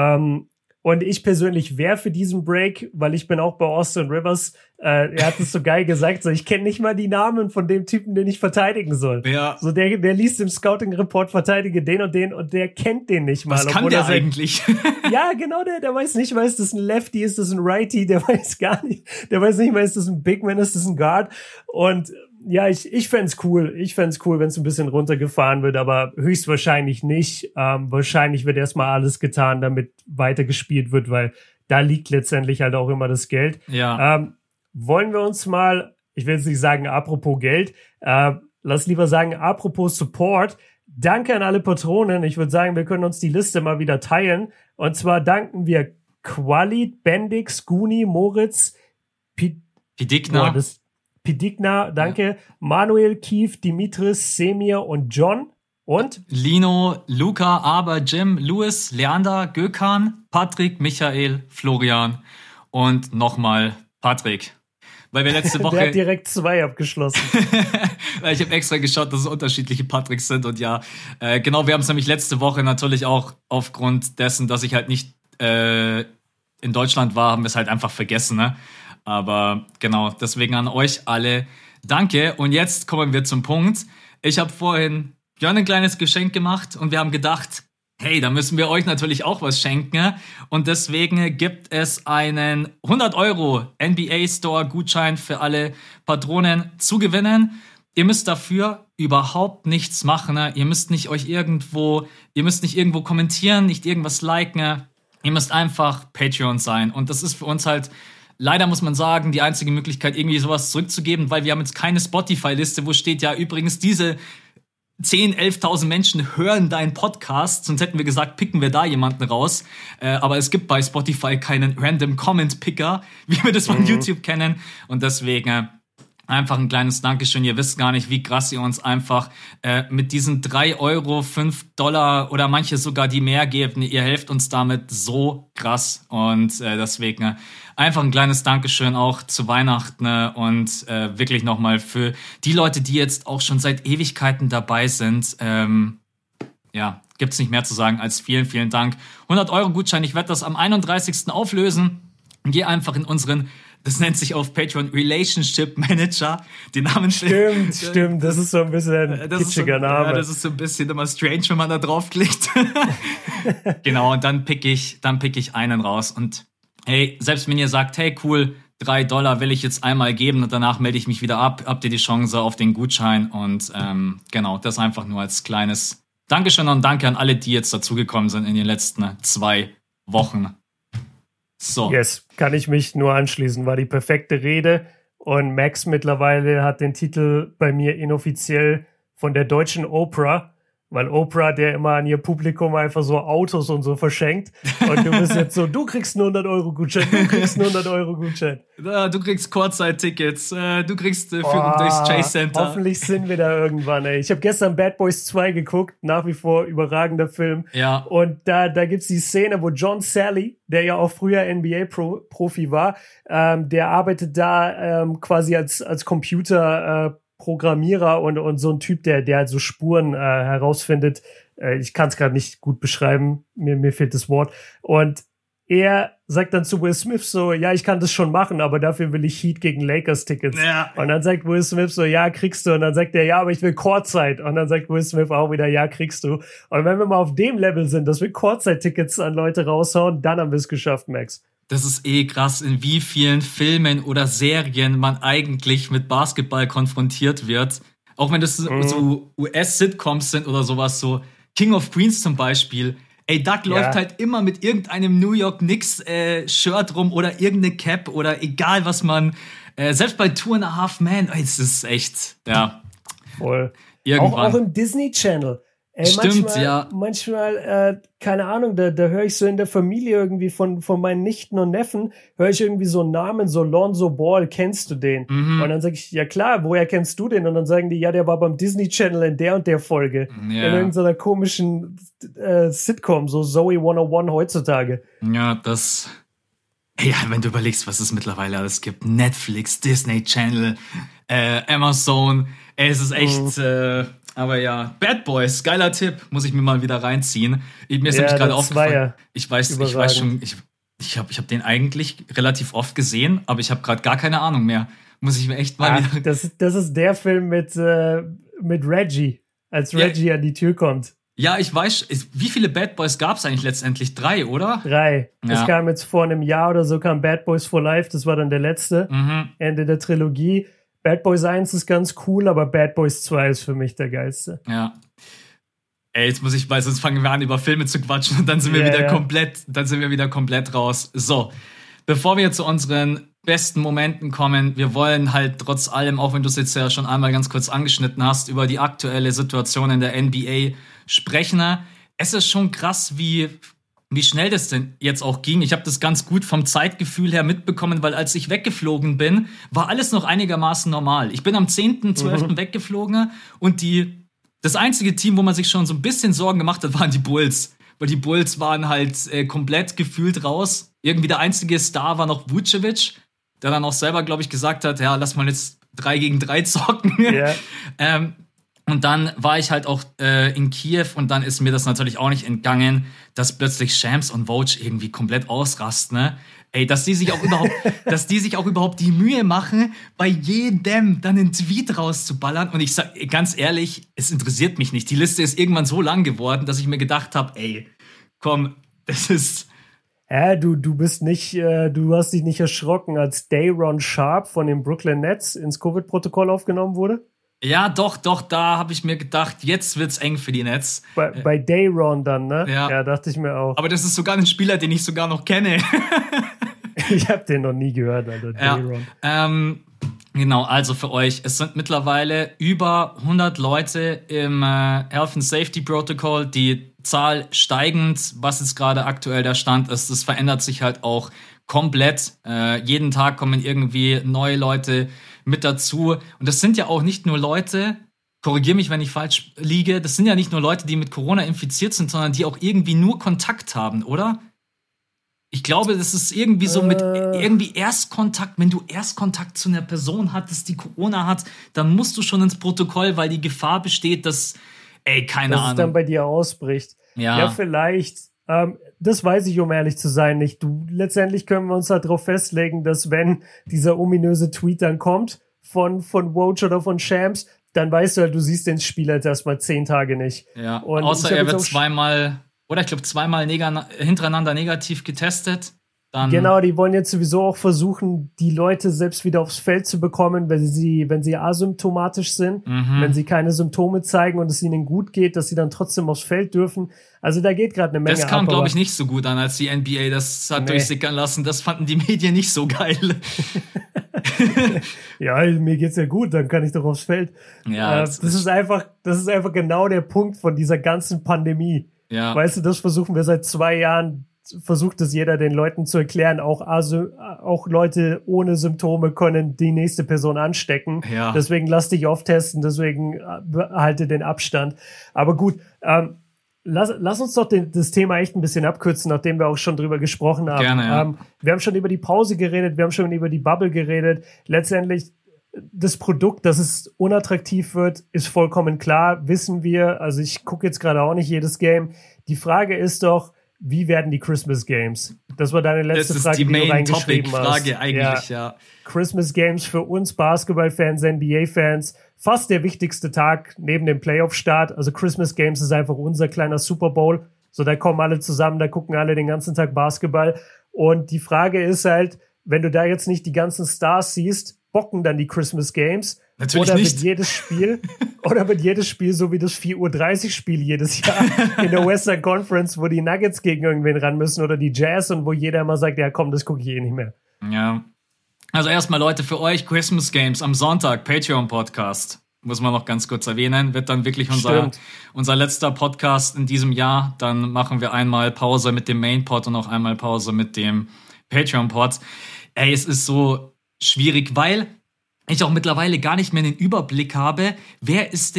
Und ich persönlich wäre für diesen Break, weil ich bin auch bei Austin Rivers. Er hat es so geil gesagt, so ich kenne nicht mal die Namen von dem Typen, den ich verteidigen soll.
Ja.
So der liest im Scouting-Report, verteidige den und der kennt den nicht mal.
Was kann der eigentlich?
Ja, genau, der weiß nicht mal, ist das ein Lefty, ist das ein Righty, der weiß gar nicht. Der weiß nicht mal, ist das ein Big Man, ist das ein Guard? Und ja, ich fänd's cool. Ich fänd's cool, wenn es ein bisschen runtergefahren wird, aber höchstwahrscheinlich nicht. Wahrscheinlich wird erstmal alles getan, damit weiter gespielt wird, weil da liegt letztendlich halt auch immer das Geld.
Ja.
Wollen wir uns mal, ich will jetzt nicht sagen apropos Geld, lass lieber sagen apropos Support. Danke an alle Patronen. Ich würde sagen, wir können uns die Liste mal wieder teilen. Und zwar danken wir Qualit, Bendix, Guni, Moritz, Pidigna, danke. Ja. Manuel, Kief, Dimitris, Semir und John. Und?
Lino, Luca, Aber, Jim, Louis, Leander, Gökhan, Patrick, Michael, Florian und nochmal Patrick. Weil wir letzte Woche...
Der hat direkt 2 abgeschlossen.
Ich habe extra geschaut, dass es unterschiedliche Patricks sind. Und ja, genau, wir haben es nämlich letzte Woche natürlich auch aufgrund dessen, dass ich halt nicht in Deutschland war, haben wir es halt einfach vergessen. Ne? Aber genau, deswegen an euch alle danke. Und jetzt kommen wir zum Punkt. Ich habe vorhin Björn ein kleines Geschenk gemacht und wir haben gedacht... Hey, da müssen wir euch natürlich auch was schenken. Und deswegen gibt es einen 100 € NBA Store Gutschein für alle Patronen zu gewinnen. Ihr müsst dafür überhaupt nichts machen. Ihr müsst nicht irgendwo kommentieren, nicht irgendwas liken. Ihr müsst einfach Patreon sein. Und das ist für uns halt, leider muss man sagen, die einzige Möglichkeit, irgendwie sowas zurückzugeben, weil wir haben jetzt keine Spotify-Liste, wo steht ja übrigens diese 10.000, 11.000 Menschen hören deinen Podcast, sonst hätten wir gesagt, picken wir da jemanden raus. Aber es gibt bei Spotify keinen Random Comment Picker, wie wir das von YouTube kennen. Und deswegen einfach ein kleines Dankeschön. Ihr wisst gar nicht, wie krass ihr uns einfach mit diesen 3 €, $5 oder manche sogar, die mehr geben. Ihr helft uns damit so krass. Und deswegen einfach ein kleines Dankeschön auch zu Weihnachten und wirklich nochmal für die Leute, die jetzt auch schon seit Ewigkeiten dabei sind. Ja, gibt's nicht mehr zu sagen als vielen, vielen Dank. 100 € Gutschein, ich werde das am 31. auflösen. Geh einfach in unseren, das nennt sich auf Patreon Relationship Manager. Die Namen
Stimmt, das ist so ein bisschen ein kitschiger Name.
Ja, das ist so ein bisschen immer strange, wenn man da draufklickt. Genau, und dann pick ich einen raus und hey, selbst wenn ihr sagt, hey cool, $3 will ich jetzt einmal geben und danach melde ich mich wieder ab, habt ihr die Chance auf den Gutschein und genau, das einfach nur als kleines Dankeschön und danke an alle, die jetzt dazugekommen sind in den letzten 2 Wochen. So.
Yes, kann ich mich nur anschließen, war die perfekte Rede und Max mittlerweile hat den Titel bei mir inoffiziell von der deutschen Oprah, weil Oprah, der immer an ihr Publikum einfach so Autos und so verschenkt. Und du bist jetzt so, du kriegst einen 100 € Gutschein, du kriegst einen 100 € Gutschein.
Du kriegst Kurzzeit-Tickets, du kriegst Führung durchs Chase Center.
Hoffentlich sind wir da irgendwann, ey. Ich habe gestern Bad Boys 2 geguckt, nach wie vor überragender Film.
Ja.
Und da gibt's die Szene, wo John Sally, der ja auch früher NBA-Profi war, der arbeitet da quasi als Computer Programmierer und so ein Typ, der halt so Spuren herausfindet. Ich kann es gerade nicht gut beschreiben, mir fehlt das Wort. Und er sagt dann zu Will Smith so, ja, ich kann das schon machen, aber dafür will ich Heat gegen Lakers Tickets. Ja. Und dann sagt Will Smith so, ja, kriegst du. Und dann sagt er, ja, aber ich will Courtside. Und dann sagt Will Smith auch wieder, ja, kriegst du. Und wenn wir mal auf dem Level sind, dass wir Courtside-Tickets an Leute raushauen, dann haben wir es geschafft, Max.
Das ist krass, in wie vielen Filmen oder Serien man eigentlich mit Basketball konfrontiert wird. Auch wenn das so US-Sitcoms sind oder sowas, so King of Queens zum Beispiel. Ey, Doug läuft halt immer mit irgendeinem New York Knicks Shirt rum oder irgendeine Cap oder egal was man, selbst bei 2.5 Men, es ist echt, ja.
Voll.
Irgendwann.
Auch im Disney Channel. Ey,
stimmt,
manchmal, keine Ahnung, da höre ich so in der Familie irgendwie von meinen Nichten und Neffen, höre ich irgendwie so einen Namen, so Lonzo Ball, kennst du den? Und dann sage ich, ja klar, woher kennst du den? Und dann sagen die, ja, der war beim Disney Channel in der und der Folge. Ja. In irgendeiner komischen Sitcom, so Zoe 101 heutzutage.
Ja, ja, wenn du überlegst, was es mittlerweile alles gibt. Netflix, Disney Channel, Amazon, es ist echt... Aber ja, Bad Boys, geiler Tipp, muss ich mir mal wieder reinziehen. Mir ist nämlich gerade aufgefallen, ich weiß schon, ich hab den eigentlich relativ oft gesehen, aber ich habe gerade gar keine Ahnung mehr. Muss ich mir echt mal wieder...
Das ist der Film mit Reggie, als Reggie an die Tür kommt.
Ja, ich weiß, wie viele Bad Boys gab es eigentlich letztendlich? 3, oder?
3. Ja. Es kam jetzt vor einem Jahr oder so, kam Bad Boys for Life, das war dann der letzte, Ende der Trilogie. Bad Boys 1 ist ganz cool, aber Bad Boys 2 ist für mich der geilste.
Ja. Ey, jetzt muss ich, weil sonst fangen wir an, über Filme zu quatschen und dann sind wir wieder komplett raus. So, bevor wir zu unseren besten Momenten kommen, wir wollen halt trotz allem, auch wenn du es jetzt ja schon einmal ganz kurz angeschnitten hast, über die aktuelle Situation in der NBA sprechen. Es ist schon krass, wie schnell das denn jetzt auch ging. Ich habe das ganz gut vom Zeitgefühl her mitbekommen, weil als ich weggeflogen bin, war alles noch einigermaßen normal. Ich bin am 10.12. weggeflogen und die Das einzige Team, wo man sich schon so ein bisschen Sorgen gemacht hat, waren die Bulls. Weil die Bulls waren halt komplett gefühlt raus. Irgendwie der einzige Star war noch Vucevic, der dann auch selber, glaube ich, gesagt hat, ja, lass mal jetzt 3 gegen 3 zocken.
Yeah.
Und dann war ich halt auch in Kiew und dann ist mir das natürlich auch nicht entgangen, dass plötzlich Shams und Woj irgendwie komplett ausrasten, ne? Ey, dass die sich auch überhaupt die Mühe machen, bei jedem dann einen Tweet rauszuballern. Und ich sag ganz ehrlich, es interessiert mich nicht. Die Liste ist irgendwann so lang geworden, dass ich mir gedacht habe, ey, komm, das ist...
Du bist nicht, du hast dich nicht erschrocken, als Day'Ron Sharpe von den Brooklyn Nets ins Covid-Protokoll aufgenommen wurde?
Ja, doch, da habe ich mir gedacht, jetzt wird's eng für die Nets.
Bei Day'Ron dann, ne?
Ja,
dachte ich mir auch.
Aber das ist sogar ein Spieler, den ich sogar noch kenne.
Ich habe den noch nie gehört, Alter.
Day'Ron. Genau, also für euch, es sind mittlerweile über 100 Leute im Health and Safety Protocol, die Zahl steigend, was jetzt gerade aktuell der Stand ist, das verändert sich halt auch komplett. Jeden Tag kommen irgendwie neue Leute mit dazu. Und das sind ja auch nicht nur Leute, korrigiere mich, wenn ich falsch liege, das sind ja nicht nur Leute, die mit Corona infiziert sind, sondern die auch irgendwie nur Kontakt haben, oder? Ich glaube, das ist irgendwie so mit irgendwie Erstkontakt. Wenn du Erstkontakt zu einer Person hattest, die Corona hat, dann musst du schon ins Protokoll, weil die Gefahr besteht, dass, keine Ahnung.
Dass es dann bei dir ausbricht. Ja, vielleicht. Das weiß ich, um ehrlich zu sein, nicht. Letztendlich können wir uns halt darauf festlegen, dass wenn dieser ominöse Tweet dann kommt von Woj oder von Shams, dann weißt du halt, du siehst den Spieler jetzt erstmal 10 Tage nicht.
Ja, und außer er wird zweimal hintereinander negativ getestet. Dann
genau, die wollen jetzt sowieso auch versuchen, die Leute selbst wieder aufs Feld zu bekommen, wenn sie asymptomatisch sind, wenn sie keine Symptome zeigen und es ihnen gut geht, dass sie dann trotzdem aufs Feld dürfen. Also da geht gerade eine Menge ab.
Das kam, glaube ich, nicht so gut an, als die NBA das hat durchsickern lassen. Das fanden die Medien nicht so geil.
Ja, mir geht's ja gut, dann kann ich doch aufs Feld.
Ja,
das ist einfach genau der Punkt von dieser ganzen Pandemie.
Ja.
Weißt du, das versuchen wir seit 2 Jahren, versucht es jeder den Leuten zu erklären, auch Leute ohne Symptome können die nächste Person anstecken.
Ja.
Deswegen lass dich oft testen, deswegen halte den Abstand. Aber gut, lass uns doch das Thema echt ein bisschen abkürzen, nachdem wir auch schon drüber gesprochen haben.
Gerne, ja.
Wir haben schon über die Pause geredet, wir haben schon über die Bubble geredet. Letztendlich das Produkt, dass es unattraktiv wird, ist vollkommen klar, wissen wir. Also ich gucke jetzt gerade auch nicht jedes Game. Die Frage ist doch, wie werden die Christmas Games? Das war deine letzte Frage, die du reingeschrieben hast.
Das ist die Main-Topic-Frage eigentlich, ja.
Christmas Games für uns Basketball-Fans, NBA-Fans, fast der wichtigste Tag neben dem Playoff-Start. Also Christmas Games ist einfach unser kleiner Super Bowl. So, da kommen alle zusammen, da gucken alle den ganzen Tag Basketball. Und die Frage ist halt, wenn du da jetzt nicht die ganzen Stars siehst, bocken dann die Christmas Games?
Natürlich
oder
nicht.
Wird jedes Spiel so wie das 4:30 Uhr Spiel jedes Jahr in der Western Conference, wo die Nuggets gegen irgendwen ran müssen oder die Jazz und wo jeder immer sagt, ja komm, das gucke ich eh nicht mehr.
Ja. Also erstmal Leute, für euch Christmas Games am Sonntag, Patreon-Podcast. Muss man noch ganz kurz erwähnen, wird dann wirklich unser letzter Podcast in diesem Jahr. Dann machen wir einmal Pause mit dem Main-Pod und auch einmal Pause mit dem Patreon-Pod. Ey, es ist so schwierig, weil ich auch mittlerweile gar nicht mehr den Überblick habe, wer ist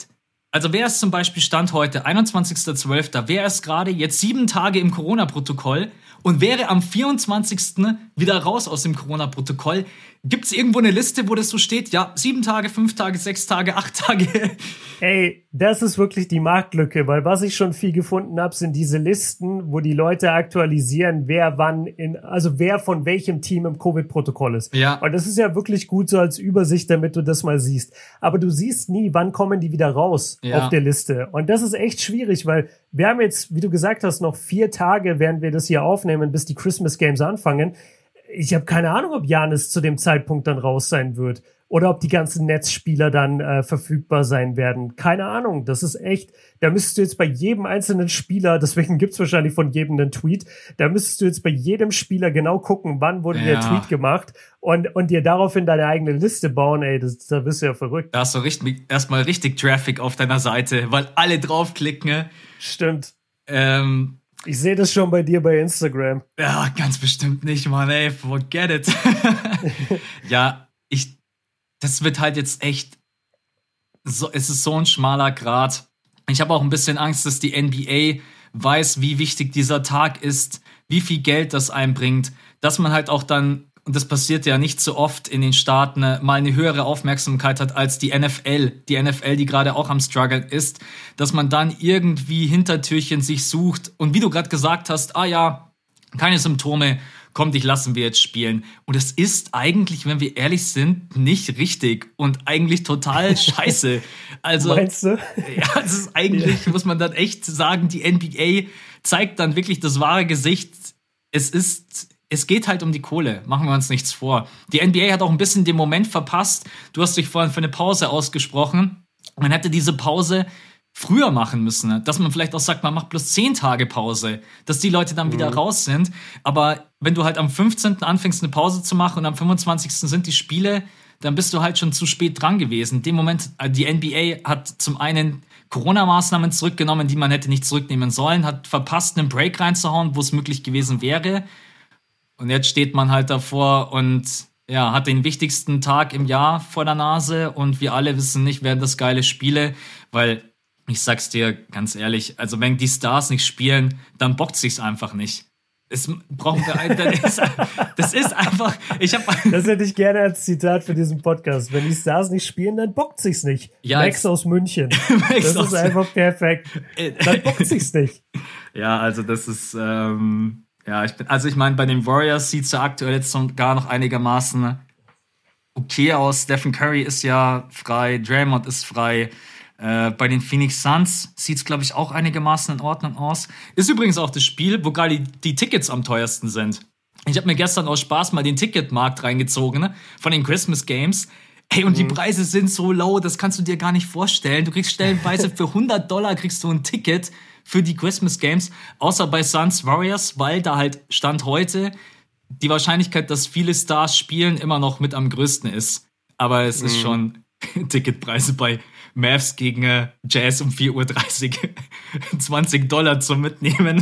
zum Beispiel Stand heute, 21.12., wer ist gerade jetzt 7 Tage im Corona-Protokoll und wäre am 24. wieder raus aus dem Corona-Protokoll. Gibt es irgendwo eine Liste, wo das so steht? Ja, 7 Tage, 5 Tage, 6 Tage, 8 Tage.
Ey, das ist wirklich die Marktlücke, weil was ich schon viel gefunden habe, sind diese Listen, wo die Leute aktualisieren, wer von welchem Team im Covid-Protokoll ist.
Ja.
Und das ist ja wirklich gut so als Übersicht, damit du das mal siehst. Aber du siehst nie, wann kommen die wieder raus auf der Liste. Und das ist echt schwierig, weil wir haben jetzt, wie du gesagt hast, noch 4 Tage, während wir das hier aufnehmen, bis die Christmas Games anfangen. Ich habe keine Ahnung, ob Giannis zu dem Zeitpunkt dann raus sein wird oder ob die ganzen Netzspieler dann verfügbar sein werden. Keine Ahnung, das ist echt, da müsstest du jetzt bei jedem einzelnen Spieler, deswegen gibt's wahrscheinlich von jedem einen Tweet, da müsstest du jetzt bei jedem Spieler genau gucken, wann wurde der Tweet gemacht und dir daraufhin deine eigene Liste bauen. Ey, da bist du ja verrückt.
Da hast du erstmal richtig Traffic auf deiner Seite, weil alle draufklicken.
Stimmt. Ich sehe das schon bei dir bei Instagram.
Ja, ganz bestimmt nicht, Mann, ey, forget it. Ja, das wird halt jetzt echt, es ist so ein schmaler Grat. Ich habe auch ein bisschen Angst, dass die NBA weiß, wie wichtig dieser Tag ist, wie viel Geld das einbringt, dass man halt auch dann, und das passiert ja nicht so oft in den Staaten, mal eine höhere Aufmerksamkeit hat als die NFL. Die NFL, die gerade auch am Struggle ist, dass man dann irgendwie Hintertürchen sich sucht. Und wie du gerade gesagt hast, keine Symptome, komm, dich lassen wir jetzt spielen. Und es ist eigentlich, wenn wir ehrlich sind, nicht richtig und eigentlich total scheiße. Also,
meinst du?
Ja, es ist eigentlich, muss man dann echt sagen, die NBA zeigt dann wirklich das wahre Gesicht. Es geht halt um die Kohle, machen wir uns nichts vor. Die NBA hat auch ein bisschen den Moment verpasst. Du hast dich vorhin für eine Pause ausgesprochen. Man hätte diese Pause früher machen müssen, dass man vielleicht auch sagt, man macht bloß 10 Tage Pause, dass die Leute dann wieder raus sind. Aber wenn du halt am 15. anfängst, eine Pause zu machen und am 25. sind die Spiele, dann bist du halt schon zu spät dran gewesen. In dem Moment, die NBA hat zum einen Corona-Maßnahmen zurückgenommen, die man hätte nicht zurücknehmen sollen, hat verpasst, einen Break reinzuhauen, wo es möglich gewesen wäre. Und jetzt steht man halt davor und ja, hat den wichtigsten Tag im Jahr vor der Nase und wir alle wissen nicht, werden das geile Spiele, weil ich sag's dir ganz ehrlich, also wenn die Stars nicht spielen, dann bockt sich's einfach nicht. Das ist einfach,
das hätte ich gerne als Zitat für diesen Podcast. Wenn die Stars nicht spielen, dann bockt sich's nicht.
Ja,
Max aus München. Das ist einfach perfekt. Dann bockt sich's nicht.
Ja, also das ist, ich meine, bei den Warriors sieht's ja aktuell jetzt gar noch einigermaßen okay aus. Stephen Curry ist ja frei, Draymond ist frei. Bei den Phoenix Suns sieht's, glaube ich, auch einigermaßen in Ordnung aus. Ist übrigens auch das Spiel, wo gerade die Tickets am teuersten sind. Ich habe mir gestern aus Spaß mal den Ticketmarkt reingezogen, ne, von den Christmas Games. Hey, und die Preise sind so low, das kannst du dir gar nicht vorstellen. Du kriegst stellenweise für $100 kriegst du ein Ticket für die Christmas Games, außer bei Suns Warriors, weil da halt Stand heute die Wahrscheinlichkeit, dass viele Stars spielen, immer noch mit am größten ist. Aber es ist schon Ticketpreise bei Mavs gegen Jazz um 4:30 Uhr. $20 zum Mitnehmen.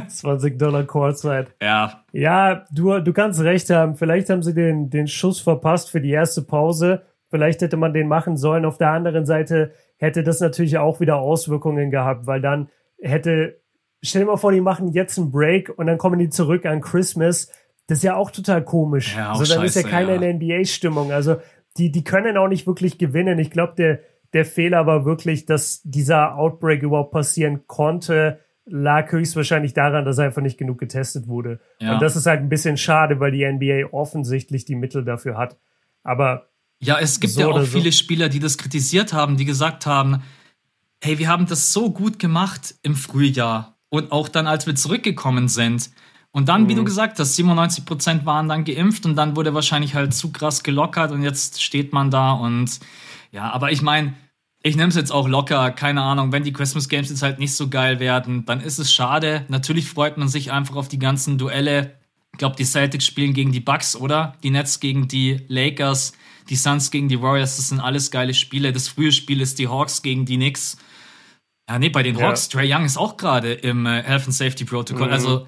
$20 Courtside.
Ja.
Ja, du kannst recht haben. Vielleicht haben sie den Schuss verpasst für die erste Pause. Vielleicht hätte man den machen sollen. Auf der anderen Seite hätte das natürlich auch wieder Auswirkungen gehabt, weil dann stell dir mal vor, die machen jetzt einen Break und dann kommen die zurück an Christmas. Das ist ja auch total komisch.
Ja, auch
also dann
scheiße,
ist ja keiner in der NBA-Stimmung. Also die können auch nicht wirklich gewinnen. Ich glaube, der Fehler war wirklich, dass dieser Outbreak überhaupt passieren konnte, lag höchstwahrscheinlich daran, dass einfach nicht genug getestet wurde. Ja. Und das ist halt ein bisschen schade, weil die NBA offensichtlich die Mittel dafür hat. Aber
ja, es gibt ja auch viele Spieler, die das kritisiert haben, die gesagt haben, hey, wir haben das so gut gemacht im Frühjahr und auch dann, als wir zurückgekommen sind. Und dann, wie du gesagt hast, 97% waren dann geimpft und dann wurde wahrscheinlich halt zu krass gelockert und jetzt steht man da und ja, aber ich meine, ich nehme es jetzt auch locker, keine Ahnung, wenn die Christmas Games jetzt halt nicht so geil werden, dann ist es schade. Natürlich freut man sich einfach auf die ganzen Duelle. Ich glaube, die Celtics spielen gegen die Bucks, oder? Die Nets gegen die Lakers, die Suns gegen die Warriors, das sind alles geile Spiele. Das frühe Spiel ist die Hawks gegen die Knicks. Ja, nee, bei den Hawks, Trae Young ist auch gerade im Health and Safety Protocol, also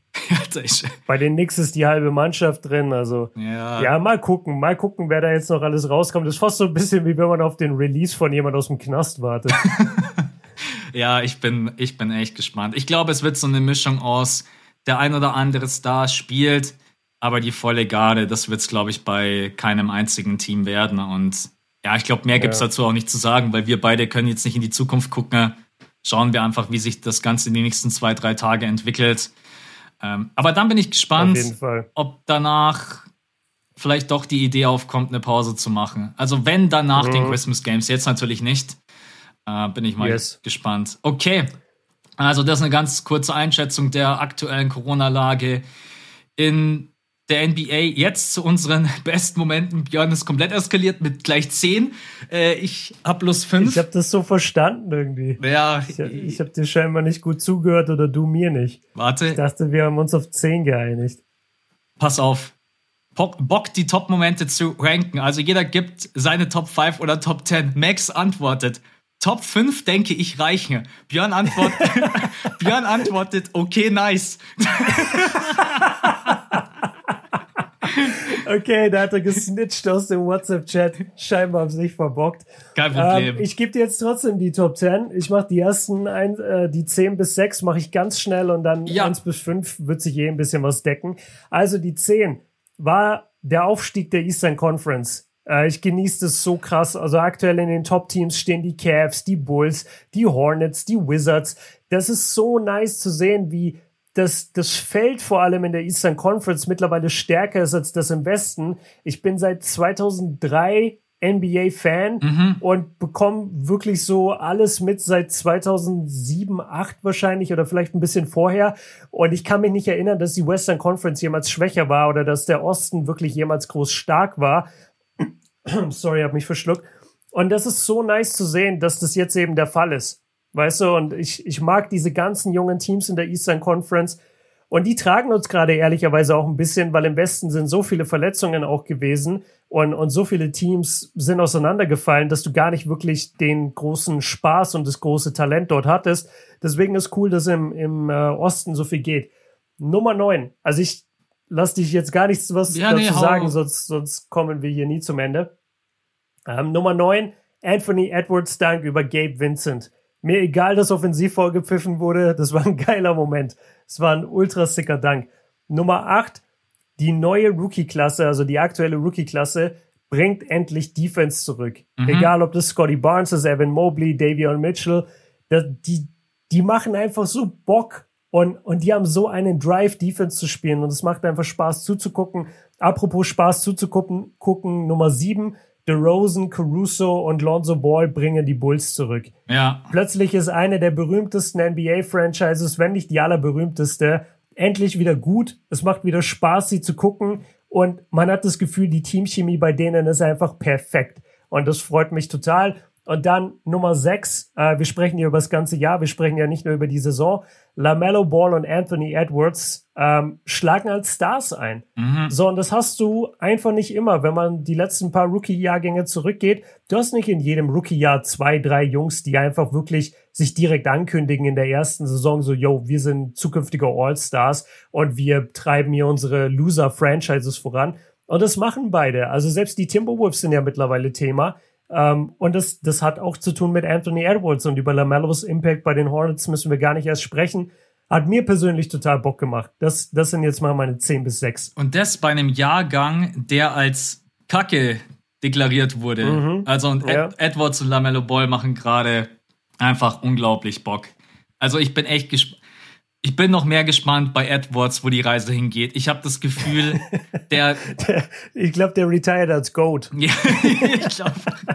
bei den Knicks ist die halbe Mannschaft drin, also ja, mal gucken, wer da jetzt noch alles rauskommt. Das ist fast so ein bisschen wie wenn man auf den Release von jemand aus dem Knast wartet.
Ja, ich bin echt gespannt. Ich glaube, es wird so eine Mischung aus, der ein oder andere Star spielt, aber die volle Garde, das wird's, glaube ich, bei keinem einzigen Team werden. Und ja, ich glaube, mehr gibt's dazu auch nicht zu sagen, weil wir beide können jetzt nicht in die Zukunft gucken. Schauen wir einfach, wie sich das Ganze in den nächsten 2-3 Tage entwickelt. Aber dann bin ich gespannt, ob danach vielleicht doch die Idee aufkommt, eine Pause zu machen. Also wenn dann nach den Christmas Games, jetzt natürlich nicht, bin ich mal gespannt. Okay, also das ist eine ganz kurze Einschätzung der aktuellen Corona-Lage in der NBA. Jetzt zu unseren besten Momenten. Björn ist komplett eskaliert mit gleich 10. Ich habe bloß 5.
Ich habe das so verstanden irgendwie.
Ja,
ich habe dir scheinbar nicht gut zugehört oder du mir nicht.
Warte.
Ich dachte, wir haben uns auf 10 geeinigt.
Pass auf. Bock, die Top-Momente zu ranken. Also jeder gibt seine Top 5 oder Top 10. Max antwortet. Top 5 denke ich reichen. Björn antwortet, okay, nice.
Okay, da hat er gesnitcht aus dem WhatsApp-Chat. Scheinbar haben sie nicht verbockt.
Kein Problem.
Ich gebe dir jetzt trotzdem die Top 10. Ich mache die ersten, die 10 bis 6 mache ich ganz schnell und dann 1 bis 5 wird sich ein bisschen was decken. Also die 10 war der Aufstieg der Eastern Conference. Ich genieße das so krass. Also aktuell in den Top-Teams stehen die Cavs, die Bulls, die Hornets, die Wizards. Das ist so nice zu sehen, wie das Feld vor allem in der Eastern Conference mittlerweile stärker ist als das im Westen. Ich bin seit 2003 NBA-Fan und bekomme wirklich so alles mit seit 2007, 2008 wahrscheinlich oder vielleicht ein bisschen vorher. Und ich kann mich nicht erinnern, dass die Western Conference jemals schwächer war oder dass der Osten wirklich jemals groß stark war. Sorry, hab mich verschluckt. Und das ist so nice zu sehen, dass das jetzt eben der Fall ist. Weißt du, und ich mag diese ganzen jungen Teams in der Eastern Conference und die tragen uns gerade ehrlicherweise auch ein bisschen, weil im Westen sind so viele Verletzungen auch gewesen und so viele Teams sind auseinandergefallen, dass du gar nicht wirklich den großen Spaß und das große Talent dort hattest. Deswegen ist cool, dass im Osten so viel geht. Nummer 9. Also ich lass dich jetzt gar nichts dazu sagen, sonst kommen wir hier nie zum Ende. Nummer 9, Anthony Edwards Dank über Gabe Vincent. Mir egal, dass offensiv vorgepfiffen wurde, das war ein geiler Moment. Es war ein ultra sicker Dank. Nummer 8, die neue Rookie-Klasse, also die aktuelle Rookie-Klasse, bringt endlich Defense zurück. Egal, ob das Scotty Barnes ist, Evan Mobley, Davion Mitchell, die machen einfach so Bock und die haben so einen Drive, Defense zu spielen und es macht einfach Spaß zuzugucken. Apropos Spaß zuzugucken, Nummer 7, DeRozan, Caruso und Lonzo Ball bringen die Bulls zurück.
Ja.
Plötzlich ist eine der berühmtesten NBA-Franchises, wenn nicht die allerberühmteste, endlich wieder gut. Es macht wieder Spaß, sie zu gucken. Und man hat das Gefühl, die Teamchemie bei denen ist einfach perfekt. Und das freut mich total. Und dann Nummer 6, wir sprechen hier über das ganze Jahr, wir sprechen ja nicht nur über die Saison. LaMelo Ball und Anthony Edwards schlagen als Stars ein. So, und das hast du einfach nicht immer, wenn man die letzten paar Rookie-Jahrgänge zurückgeht. Du hast nicht in jedem Rookie-Jahr 2, 3 Jungs, die einfach wirklich sich direkt ankündigen in der ersten Saison, so, yo, wir sind zukünftige All-Stars und wir treiben hier unsere Loser-Franchises voran. Und das machen beide. Also selbst die Timberwolves sind ja mittlerweile Thema. Und das hat auch zu tun mit Anthony Edwards und über LaMelos Impact bei den Hornets müssen wir gar nicht erst sprechen. Hat mir persönlich total Bock gemacht. Das sind jetzt mal meine 10 bis 6.
Und das bei einem Jahrgang, der als Kacke deklariert wurde. Also und Edwards und LaMelo Ball machen gerade einfach unglaublich Bock. Also ich bin echt gespannt. Ich bin noch mehr gespannt bei Edwards, wo die Reise hingeht. Ich habe das Gefühl,
ich glaube, der retired als GOAT.
Ja, ich glaube.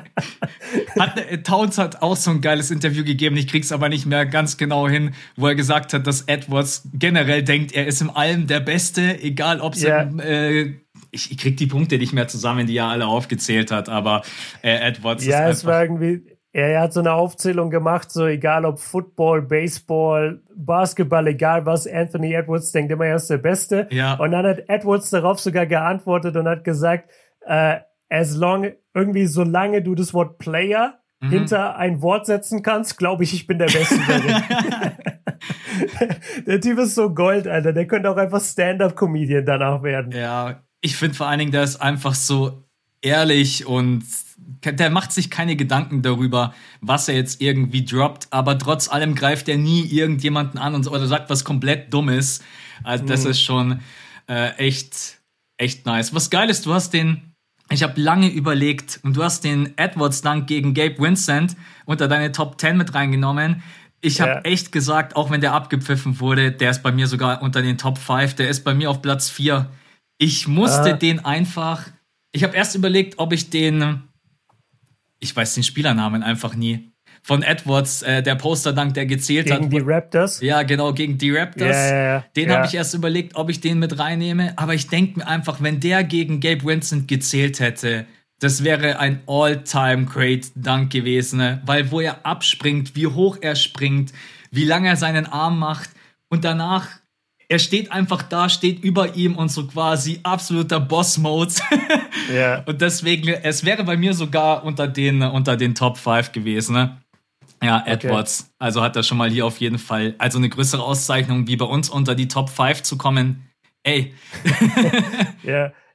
Towns hat auch so ein geiles Interview gegeben, ich krieg's aber nicht mehr ganz genau hin, wo er gesagt hat, dass Edwards generell denkt, er ist in allem der Beste, egal ob es ich krieg die Punkte nicht mehr zusammen, die er alle aufgezählt hat, aber Edwards ist einfach... Ja,
es war irgendwie... Er hat so eine Aufzählung gemacht, so egal ob Football, Baseball, Basketball, egal was, Anthony Edwards denkt immer, er ist der Beste.
Ja.
Und dann hat Edwards darauf sogar geantwortet und hat gesagt, solange du das Wort Player hinter ein Wort setzen kannst, glaube ich bin der Beste darin. Der Typ ist so Gold, Alter. Der könnte auch einfach Stand-Up-Comedian danach werden.
Ja, ich finde vor allen Dingen, der ist einfach so ehrlich und der macht sich keine Gedanken darüber, was er jetzt irgendwie droppt, aber trotz allem greift er nie irgendjemanden an oder sagt was komplett Dummes. Also das ist schon echt nice. Was geil ist, ich habe lange überlegt und du hast den Edwards-Dunk gegen Gabe Vincent unter deine Top 10 mit reingenommen. Ich habe echt gesagt, auch wenn der abgepfiffen wurde, der ist bei mir sogar unter den Top 5, der ist bei mir auf Platz 4. Ich musste den einfach... Ich habe erst überlegt, ob ich ich weiß den Spielernamen einfach nie, von Edwards, der Poster-Dunk, der gezählt hat.
Gegen die Raptors?
Ja, genau, gegen die Raptors. Den habe ich erst überlegt, ob ich den mit reinnehme. Aber ich denke mir einfach, wenn der gegen Gabe Vincent gezählt hätte, das wäre ein All-Time-Great-Dunk gewesen. Ne? Weil wo er abspringt, wie hoch er springt, wie lange er seinen Arm macht und danach... Er steht einfach da, steht über ihm und so quasi absoluter Boss-Mode.
Ja.
Und deswegen, es wäre bei mir sogar unter den Top 5 gewesen. Ne? Ja, Edwards. Okay. Also hat er schon mal hier auf jeden Fall, also eine größere Auszeichnung, wie bei uns unter die Top 5 zu kommen. Ey.
Ja,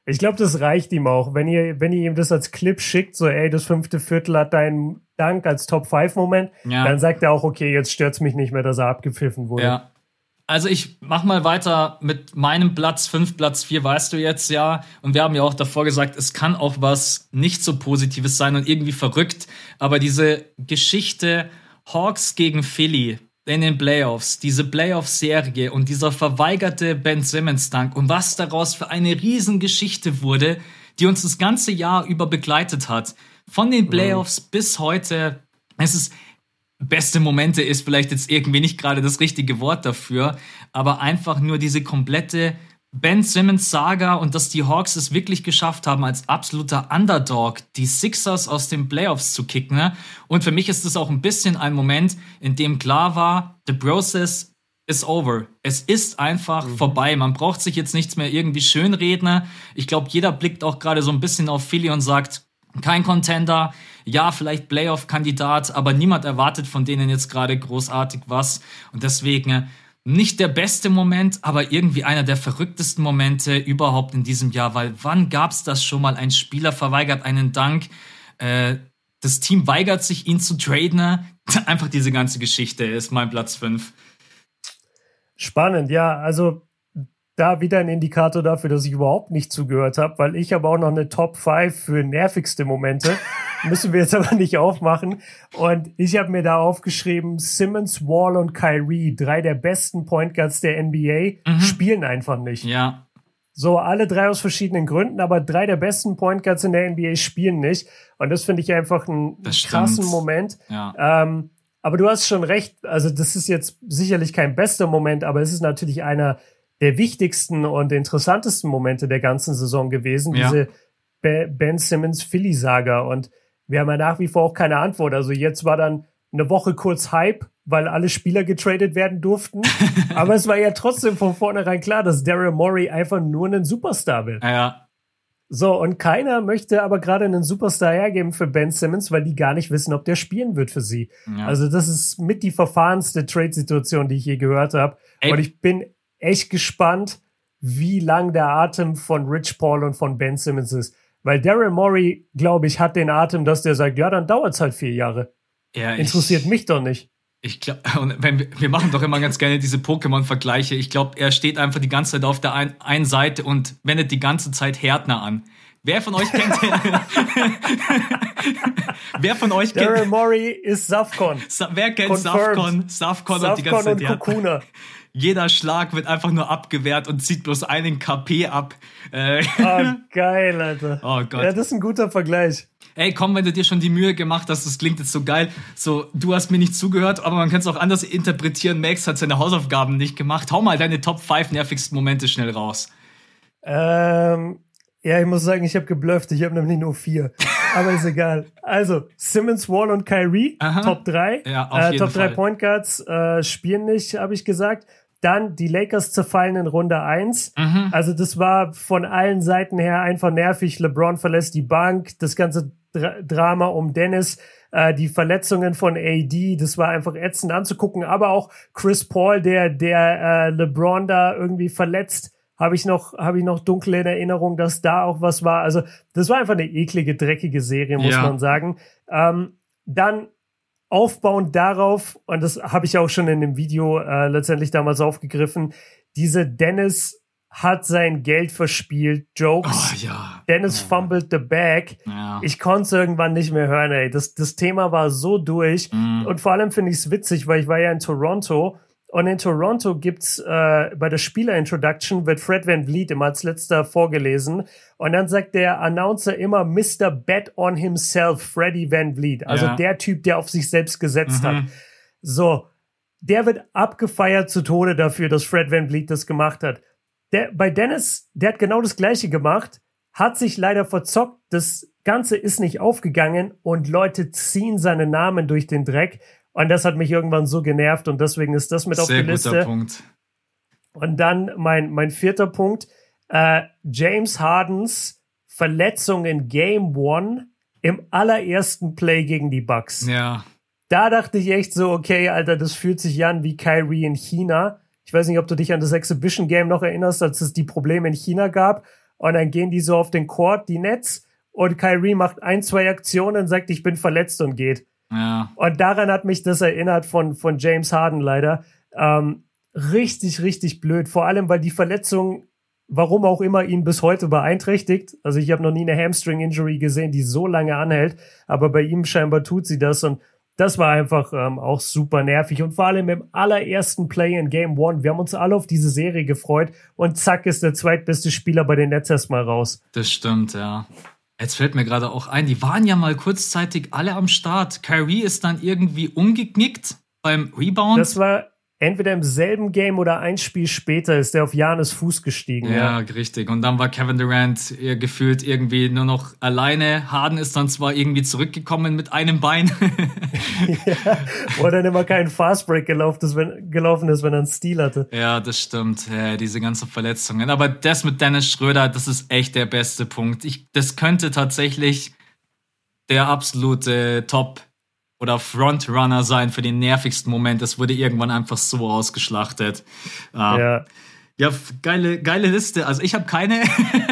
Ich glaube, das reicht ihm auch. Wenn ihr ihm das als Clip schickt, so, ey, das 5. Viertel hat deinen Dank als Top-5-Moment, dann sagt er auch, okay, jetzt stört's mich nicht mehr, dass er abgepfiffen wurde.
Ja. Also ich mach mal weiter mit meinem Platz 5, Platz 4, weißt du jetzt, ja. Und wir haben ja auch davor gesagt, es kann auch was nicht so Positives sein und irgendwie verrückt. Aber diese Geschichte Hawks gegen Philly in den Playoffs, diese Playoff-Serie und dieser verweigerte Ben Simmons-Dank und was daraus für eine Riesengeschichte wurde, die uns das ganze Jahr über begleitet hat. Von den Playoffs bis heute. Es ist beste Momente ist vielleicht jetzt irgendwie nicht gerade das richtige Wort dafür, aber einfach nur diese komplette Ben Simmons-Saga und dass die Hawks es wirklich geschafft haben, als absoluter Underdog die Sixers aus den Playoffs zu kicken. Ne? Und für mich ist das auch ein bisschen ein Moment, in dem klar war, the process is over. Es ist einfach vorbei. Man braucht sich jetzt nichts mehr irgendwie schönreden. Ich glaube, jeder blickt auch gerade so ein bisschen auf Philly und sagt, kein Contender, ja, vielleicht Playoff-Kandidat, aber niemand erwartet von denen jetzt gerade großartig was. Und deswegen nicht der beste Moment, aber irgendwie einer der verrücktesten Momente überhaupt in diesem Jahr, weil wann gab's das schon mal? Ein Spieler verweigert einen Dank, das Team weigert sich, ihn zu traden. Einfach diese ganze Geschichte ist mein Platz 5.
Spannend, ja, also da wieder ein Indikator dafür, dass ich überhaupt nicht zugehört habe, weil ich habe auch noch eine Top 5 für nervigste Momente. Müssen wir jetzt aber nicht aufmachen. Und ich habe mir da aufgeschrieben, Simmons, Wall und Kyrie, 3 der besten Point Guards der NBA, spielen einfach nicht.
Ja.
So, alle 3 aus verschiedenen Gründen, aber 3 der besten Point Guards in der NBA spielen nicht. Und das finde ich einfach einen krassen Moment.
Ja.
Aber du hast schon recht, also das ist jetzt sicherlich kein bester Moment, aber es ist natürlich einer der wichtigsten und interessantesten Momente der ganzen Saison gewesen, diese Ben Simmons-Philly-Saga. Und wir haben ja nach wie vor auch keine Antwort. Also jetzt war dann eine Woche kurz Hype, weil alle Spieler getradet werden durften. Aber es war ja trotzdem von vornherein klar, dass Daryl Morey einfach nur ein Superstar will.
Ja.
So, und keiner möchte aber gerade einen Superstar hergeben für Ben Simmons, weil die gar nicht wissen, ob der spielen wird für sie. Ja. Also das ist mit die verfahrenste Trade-Situation, die ich je gehört habe. Und ich bin echt gespannt, wie lang der Atem von Rich Paul und von Ben Simmons ist. Weil Daryl Morey, glaube ich, hat den Atem, dass der sagt, ja, dann dauert's halt 4 Jahre. Ja, interessiert mich doch nicht.
Ich glaube, und wir machen doch immer ganz gerne diese Pokémon-Vergleiche. Ich glaube, er steht einfach die ganze Zeit auf der einen Seite und wendet die ganze Zeit Härtner an. Wer von euch kennt
Daryl Morey ist Safcon.
Wer kennt Safcon und die ganze Zeit
und Kokuna.
Jeder Schlag wird einfach nur abgewehrt und zieht bloß einen KP ab.
Oh, geil, Alter.
Oh Gott.
Ja, das ist ein guter Vergleich.
Ey, komm, wenn du dir schon die Mühe gemacht hast, das klingt jetzt so geil. So, du hast mir nicht zugehört, aber man kann es auch anders interpretieren. Max hat seine Hausaufgaben nicht gemacht. Hau mal deine Top 5 nervigsten Momente schnell raus.
Ja, ich muss sagen, ich habe geblufft. Ich habe nämlich nur 4. Aber ist egal. Also, Simmons, Wall und Kyrie, Top 3.
Ja, auf jeden
Top 3
Fall.
Point Guards spielen nicht, habe ich gesagt. Dann die Lakers zerfallen in Runde 1. Also das war von allen Seiten her einfach nervig. LeBron verlässt die Bank, das ganze Drama um Dennis, die Verletzungen von AD, das war einfach ätzend anzugucken. Aber auch Chris Paul, der LeBron da irgendwie verletzt, habe ich noch dunkle in Erinnerung, dass da auch was war. Also das war einfach eine eklige, dreckige Serie, muss man sagen. Dann aufbauend darauf, und das habe ich auch schon in dem Video letztendlich damals aufgegriffen, diese Dennis hat sein Geld verspielt, Jokes.
Oh, ja.
Dennis fumbled the bag.
Ja.
Ich konnte es irgendwann nicht mehr hören, ey. Das Thema war so durch. Und vor allem finde ich es witzig, weil ich war ja in Toronto. Und in Toronto gibt's bei der Spieler-Introduction wird Fred VanVleet immer als letzter vorgelesen. Und dann sagt der Announcer immer Mr. Bet on Himself, Freddie VanVleet. Also der Typ, der auf sich selbst gesetzt hat. So, der wird abgefeiert zu Tode dafür, dass Fred VanVleet das gemacht hat. Bei Dennis, der hat genau das Gleiche gemacht, hat sich leider verzockt. Das Ganze ist nicht aufgegangen und Leute ziehen seinen Namen durch den Dreck. Und das hat mich irgendwann so genervt und deswegen ist das mit auf die Liste.
Sehr guter Punkt.
Und dann mein 4. Punkt, James Hardens Verletzung in Game 1 im allerersten Play gegen die Bucks.
Ja.
Da dachte ich echt so, okay, Alter, das fühlt sich an wie Kyrie in China. Ich weiß nicht, ob du dich an das Exhibition Game noch erinnerst, als es die Probleme in China gab. und dann gehen die so auf den Court, die Nets, und Kyrie macht 1, 2 Aktionen, sagt, ich bin verletzt und geht.
Ja.
Und daran hat mich das erinnert von James Harden leider. Richtig, richtig blöd. Vor allem, weil die Verletzung, warum auch immer, ihn bis heute beeinträchtigt. Also ich habe noch nie eine Hamstring-Injury gesehen, die so lange anhält. Aber bei ihm scheinbar tut sie das. Und das war einfach auch super nervig. Und vor allem im allerersten Play in Game 1. Wir haben uns alle auf diese Serie gefreut. Und zack, ist der zweitbeste Spieler bei den Nets erstmal raus.
Das stimmt, ja. Jetzt fällt mir gerade auch ein, die waren ja mal kurzzeitig alle am Start. Kyrie ist dann irgendwie umgeknickt beim Rebound.
Das war entweder im selben Game oder ein Spiel später ist der auf Giannis Fuß gestiegen.
Ja, richtig. Und dann war Kevin Durant gefühlt irgendwie nur noch alleine. Harden ist dann zwar irgendwie zurückgekommen mit einem Bein.
Ja, wo dann immer kein Fastbreak gelaufen ist, wenn er einen Steal hatte.
Ja, das stimmt. Ja, diese ganzen Verletzungen. Aber das mit Dennis Schröder, das ist echt der beste Punkt. Das könnte tatsächlich der absolute Top- oder Frontrunner sein für den nervigsten Moment. Das wurde irgendwann einfach so ausgeschlachtet. Ja, geile Liste. Also ich habe keine.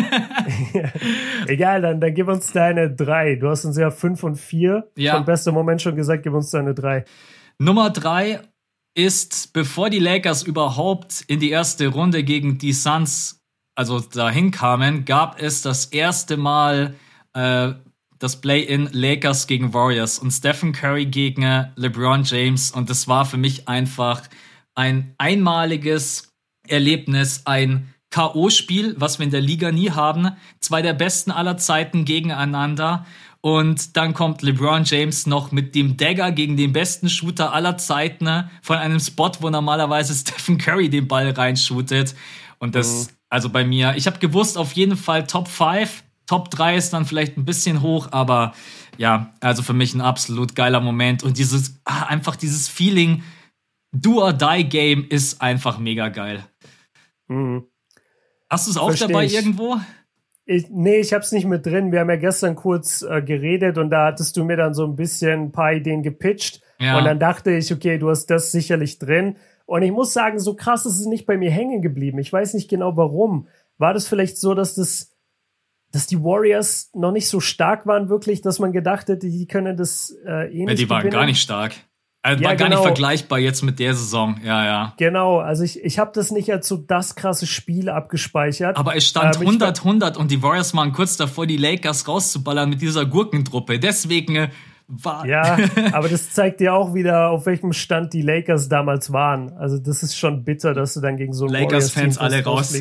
Egal, dann gib uns deine 3. Du hast uns ja 5 und 4 von bester Moment schon gesagt, gib uns deine 3.
Nummer 3 ist, bevor die Lakers überhaupt in die erste Runde gegen die Suns, also dahin kamen, gab es das erste Mal das Play-in Lakers gegen Warriors und Stephen Curry gegen LeBron James. Und das war für mich einfach ein einmaliges Erlebnis, ein K.O.-Spiel, was wir in der Liga nie haben. 2 der besten aller Zeiten gegeneinander. Und dann kommt LeBron James noch mit dem Dagger gegen den besten Shooter aller Zeiten von einem Spot, wo normalerweise Stephen Curry den Ball reinshootet. Und das, also bei mir, ich habe gewusst, auf jeden Fall Top 5. Top 3 ist dann vielleicht ein bisschen hoch, aber ja, also für mich ein absolut geiler Moment. Und einfach dieses Feeling, Do-or-Die-Game ist einfach mega geil.
Mhm.
Hast du es auch dabei irgendwo?
Ich hab's nicht mit drin. Wir haben ja gestern kurz geredet und da hattest du mir dann so ein bisschen ein paar Ideen gepitcht. Ja. Und dann dachte ich, okay, du hast das sicherlich drin. Und ich muss sagen, so krass ist es nicht bei mir hängen geblieben. Ich weiß nicht genau warum. War das vielleicht so, dass die Warriors noch nicht so stark waren wirklich, dass man gedacht hätte, die können das nicht
die waren
gewinnen?
gar nicht stark. Also war gar nicht vergleichbar jetzt mit der Saison. Ja.
Genau, also ich habe das nicht als so das krasse Spiel abgespeichert.
Aber es stand 100 und die Warriors waren kurz davor, die Lakers rauszuballern mit dieser Gurkentruppe. Deswegen war...
Ja, aber das zeigt dir auch wieder, auf welchem Stand die Lakers damals waren. Also das ist schon bitter, dass du dann gegen so ein
Lakers-Fans alle raus.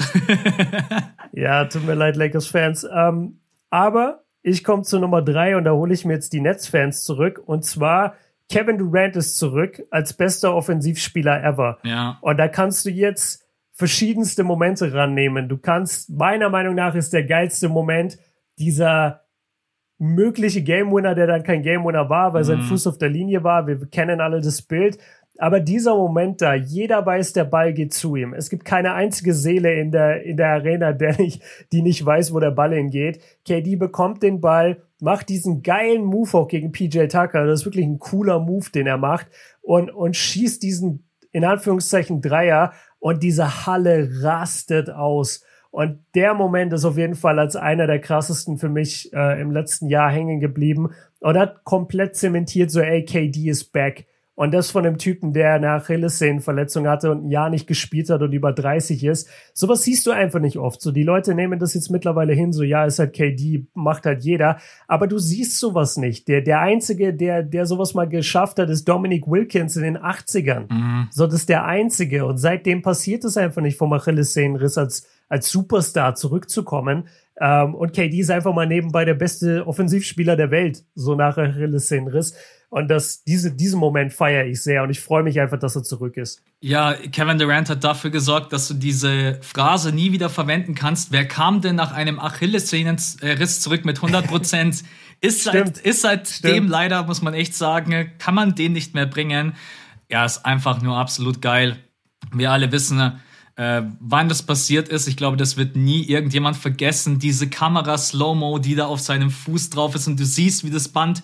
Ja, tut mir leid, Lakers-Fans. Aber ich komme zu Nummer 3 und da hole ich mir jetzt die Nets-Fans zurück. Und zwar Kevin Durant ist zurück als bester Offensivspieler ever.
Ja.
Und da kannst du jetzt verschiedenste Momente rannehmen. Du kannst, meiner Meinung nach ist der geilste Moment dieser mögliche Game Winner, der dann kein Game Winner war, weil sein Fuß auf der Linie war. Wir kennen alle das Bild. Aber dieser Moment da, jeder weiß, der Ball geht zu ihm. Es gibt keine einzige Seele in der Arena, die nicht weiß, wo der Ball hingeht. KD bekommt den Ball, macht diesen geilen Move auch gegen PJ Tucker. Das ist wirklich ein cooler Move, den er macht. Und schießt diesen, in Anführungszeichen, Dreier. Und diese Halle rastet aus. Und der Moment ist auf jeden Fall als einer der krassesten für mich im letzten Jahr hängen geblieben. Und hat komplett zementiert, so, ey, KD ist back. Und das von einem Typen, der eine Achillessehnenverletzung hatte und ein Jahr nicht gespielt hat und über 30 ist. Sowas siehst du einfach nicht oft. So, die Leute nehmen das jetzt mittlerweile hin, so, ja, ist halt KD, macht halt jeder. Aber du siehst sowas nicht. Der Einzige, der sowas mal geschafft hat, ist Dominic Wilkins in den 80ern. So, das ist der Einzige. Und seitdem passiert es einfach nicht, vom Achillessehnenriss als Superstar zurückzukommen. Und KD ist einfach mal nebenbei der beste Offensivspieler der Welt, so nach Achillessehnenriss. Und diesen Moment feiere ich sehr und ich freue mich einfach, dass er zurück ist.
Ja, Kevin Durant hat dafür gesorgt, dass du diese Phrase nie wieder verwenden kannst. Wer kam denn nach einem Achillessehnenriss zurück mit 100%? Ist seitdem leider, muss man echt sagen, kann man den nicht mehr bringen. Ja, ist einfach nur absolut geil. Wir alle wissen, wann das passiert ist. Ich glaube, das wird nie irgendjemand vergessen. Diese Kamera Slow-Mo, die da auf seinem Fuß drauf ist und du siehst, wie das Band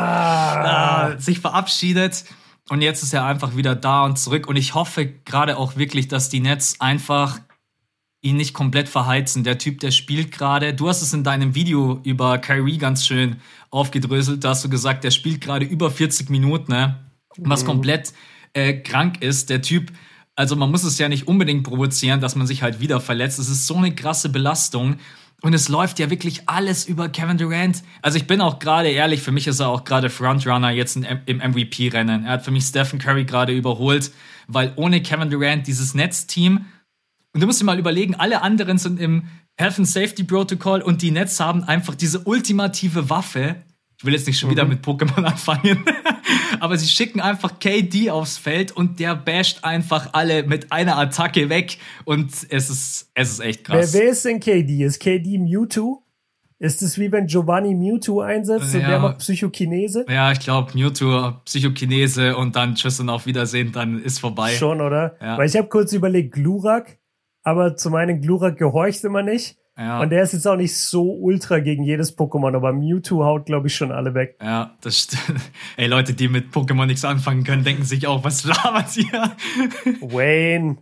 sich verabschiedet. Und jetzt ist er einfach wieder da und zurück. Und ich hoffe gerade auch wirklich, dass die Nets einfach ihn nicht komplett verheizen. Der Typ, der spielt gerade, du hast es in deinem Video über Kyrie ganz schön aufgedröselt, da hast du gesagt, der spielt gerade über 40 Minuten, ne? Was komplett krank ist. Der Typ, also man muss es ja nicht unbedingt provozieren, dass man sich halt wieder verletzt. Es ist so eine krasse Belastung. Und es läuft ja wirklich alles über Kevin Durant. Also ich bin auch gerade ehrlich, für mich ist er auch gerade Frontrunner jetzt im MVP-Rennen. Er hat für mich Stephen Curry gerade überholt, weil ohne Kevin Durant dieses Nets-Team, und du musst dir mal überlegen, alle anderen sind im Health and Safety Protocol und die Nets haben einfach diese ultimative Waffe. Ich will jetzt nicht schon wieder mit Pokémon anfangen, aber sie schicken einfach KD aufs Feld und der basht einfach alle mit einer Attacke weg und es ist echt krass.
Wer ist denn KD? Ist KD Mewtwo? Ist es wie wenn Giovanni Mewtwo einsetzt und der macht Psychokinese?
Ja, ich glaube Mewtwo, Psychokinese und dann tschüss und auf Wiedersehen, dann ist vorbei.
Schon, oder?
Ja.
Weil ich habe kurz überlegt, Glurak, aber zu meinen Glurak gehorcht immer nicht. Ja. Und der ist jetzt auch nicht so ultra gegen jedes Pokémon, aber Mewtwo haut, glaube ich, schon alle weg.
Ja, das stimmt. Ey, Leute, die mit Pokémon nichts anfangen können, denken sich auch, was labert ihr?
Wayne.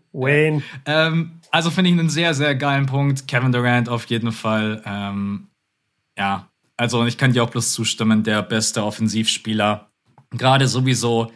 Also finde ich einen sehr, sehr geilen Punkt. Kevin Durant auf jeden Fall. Ja, also ich kann dir auch bloß zustimmen, der beste Offensivspieler. Gerade sowieso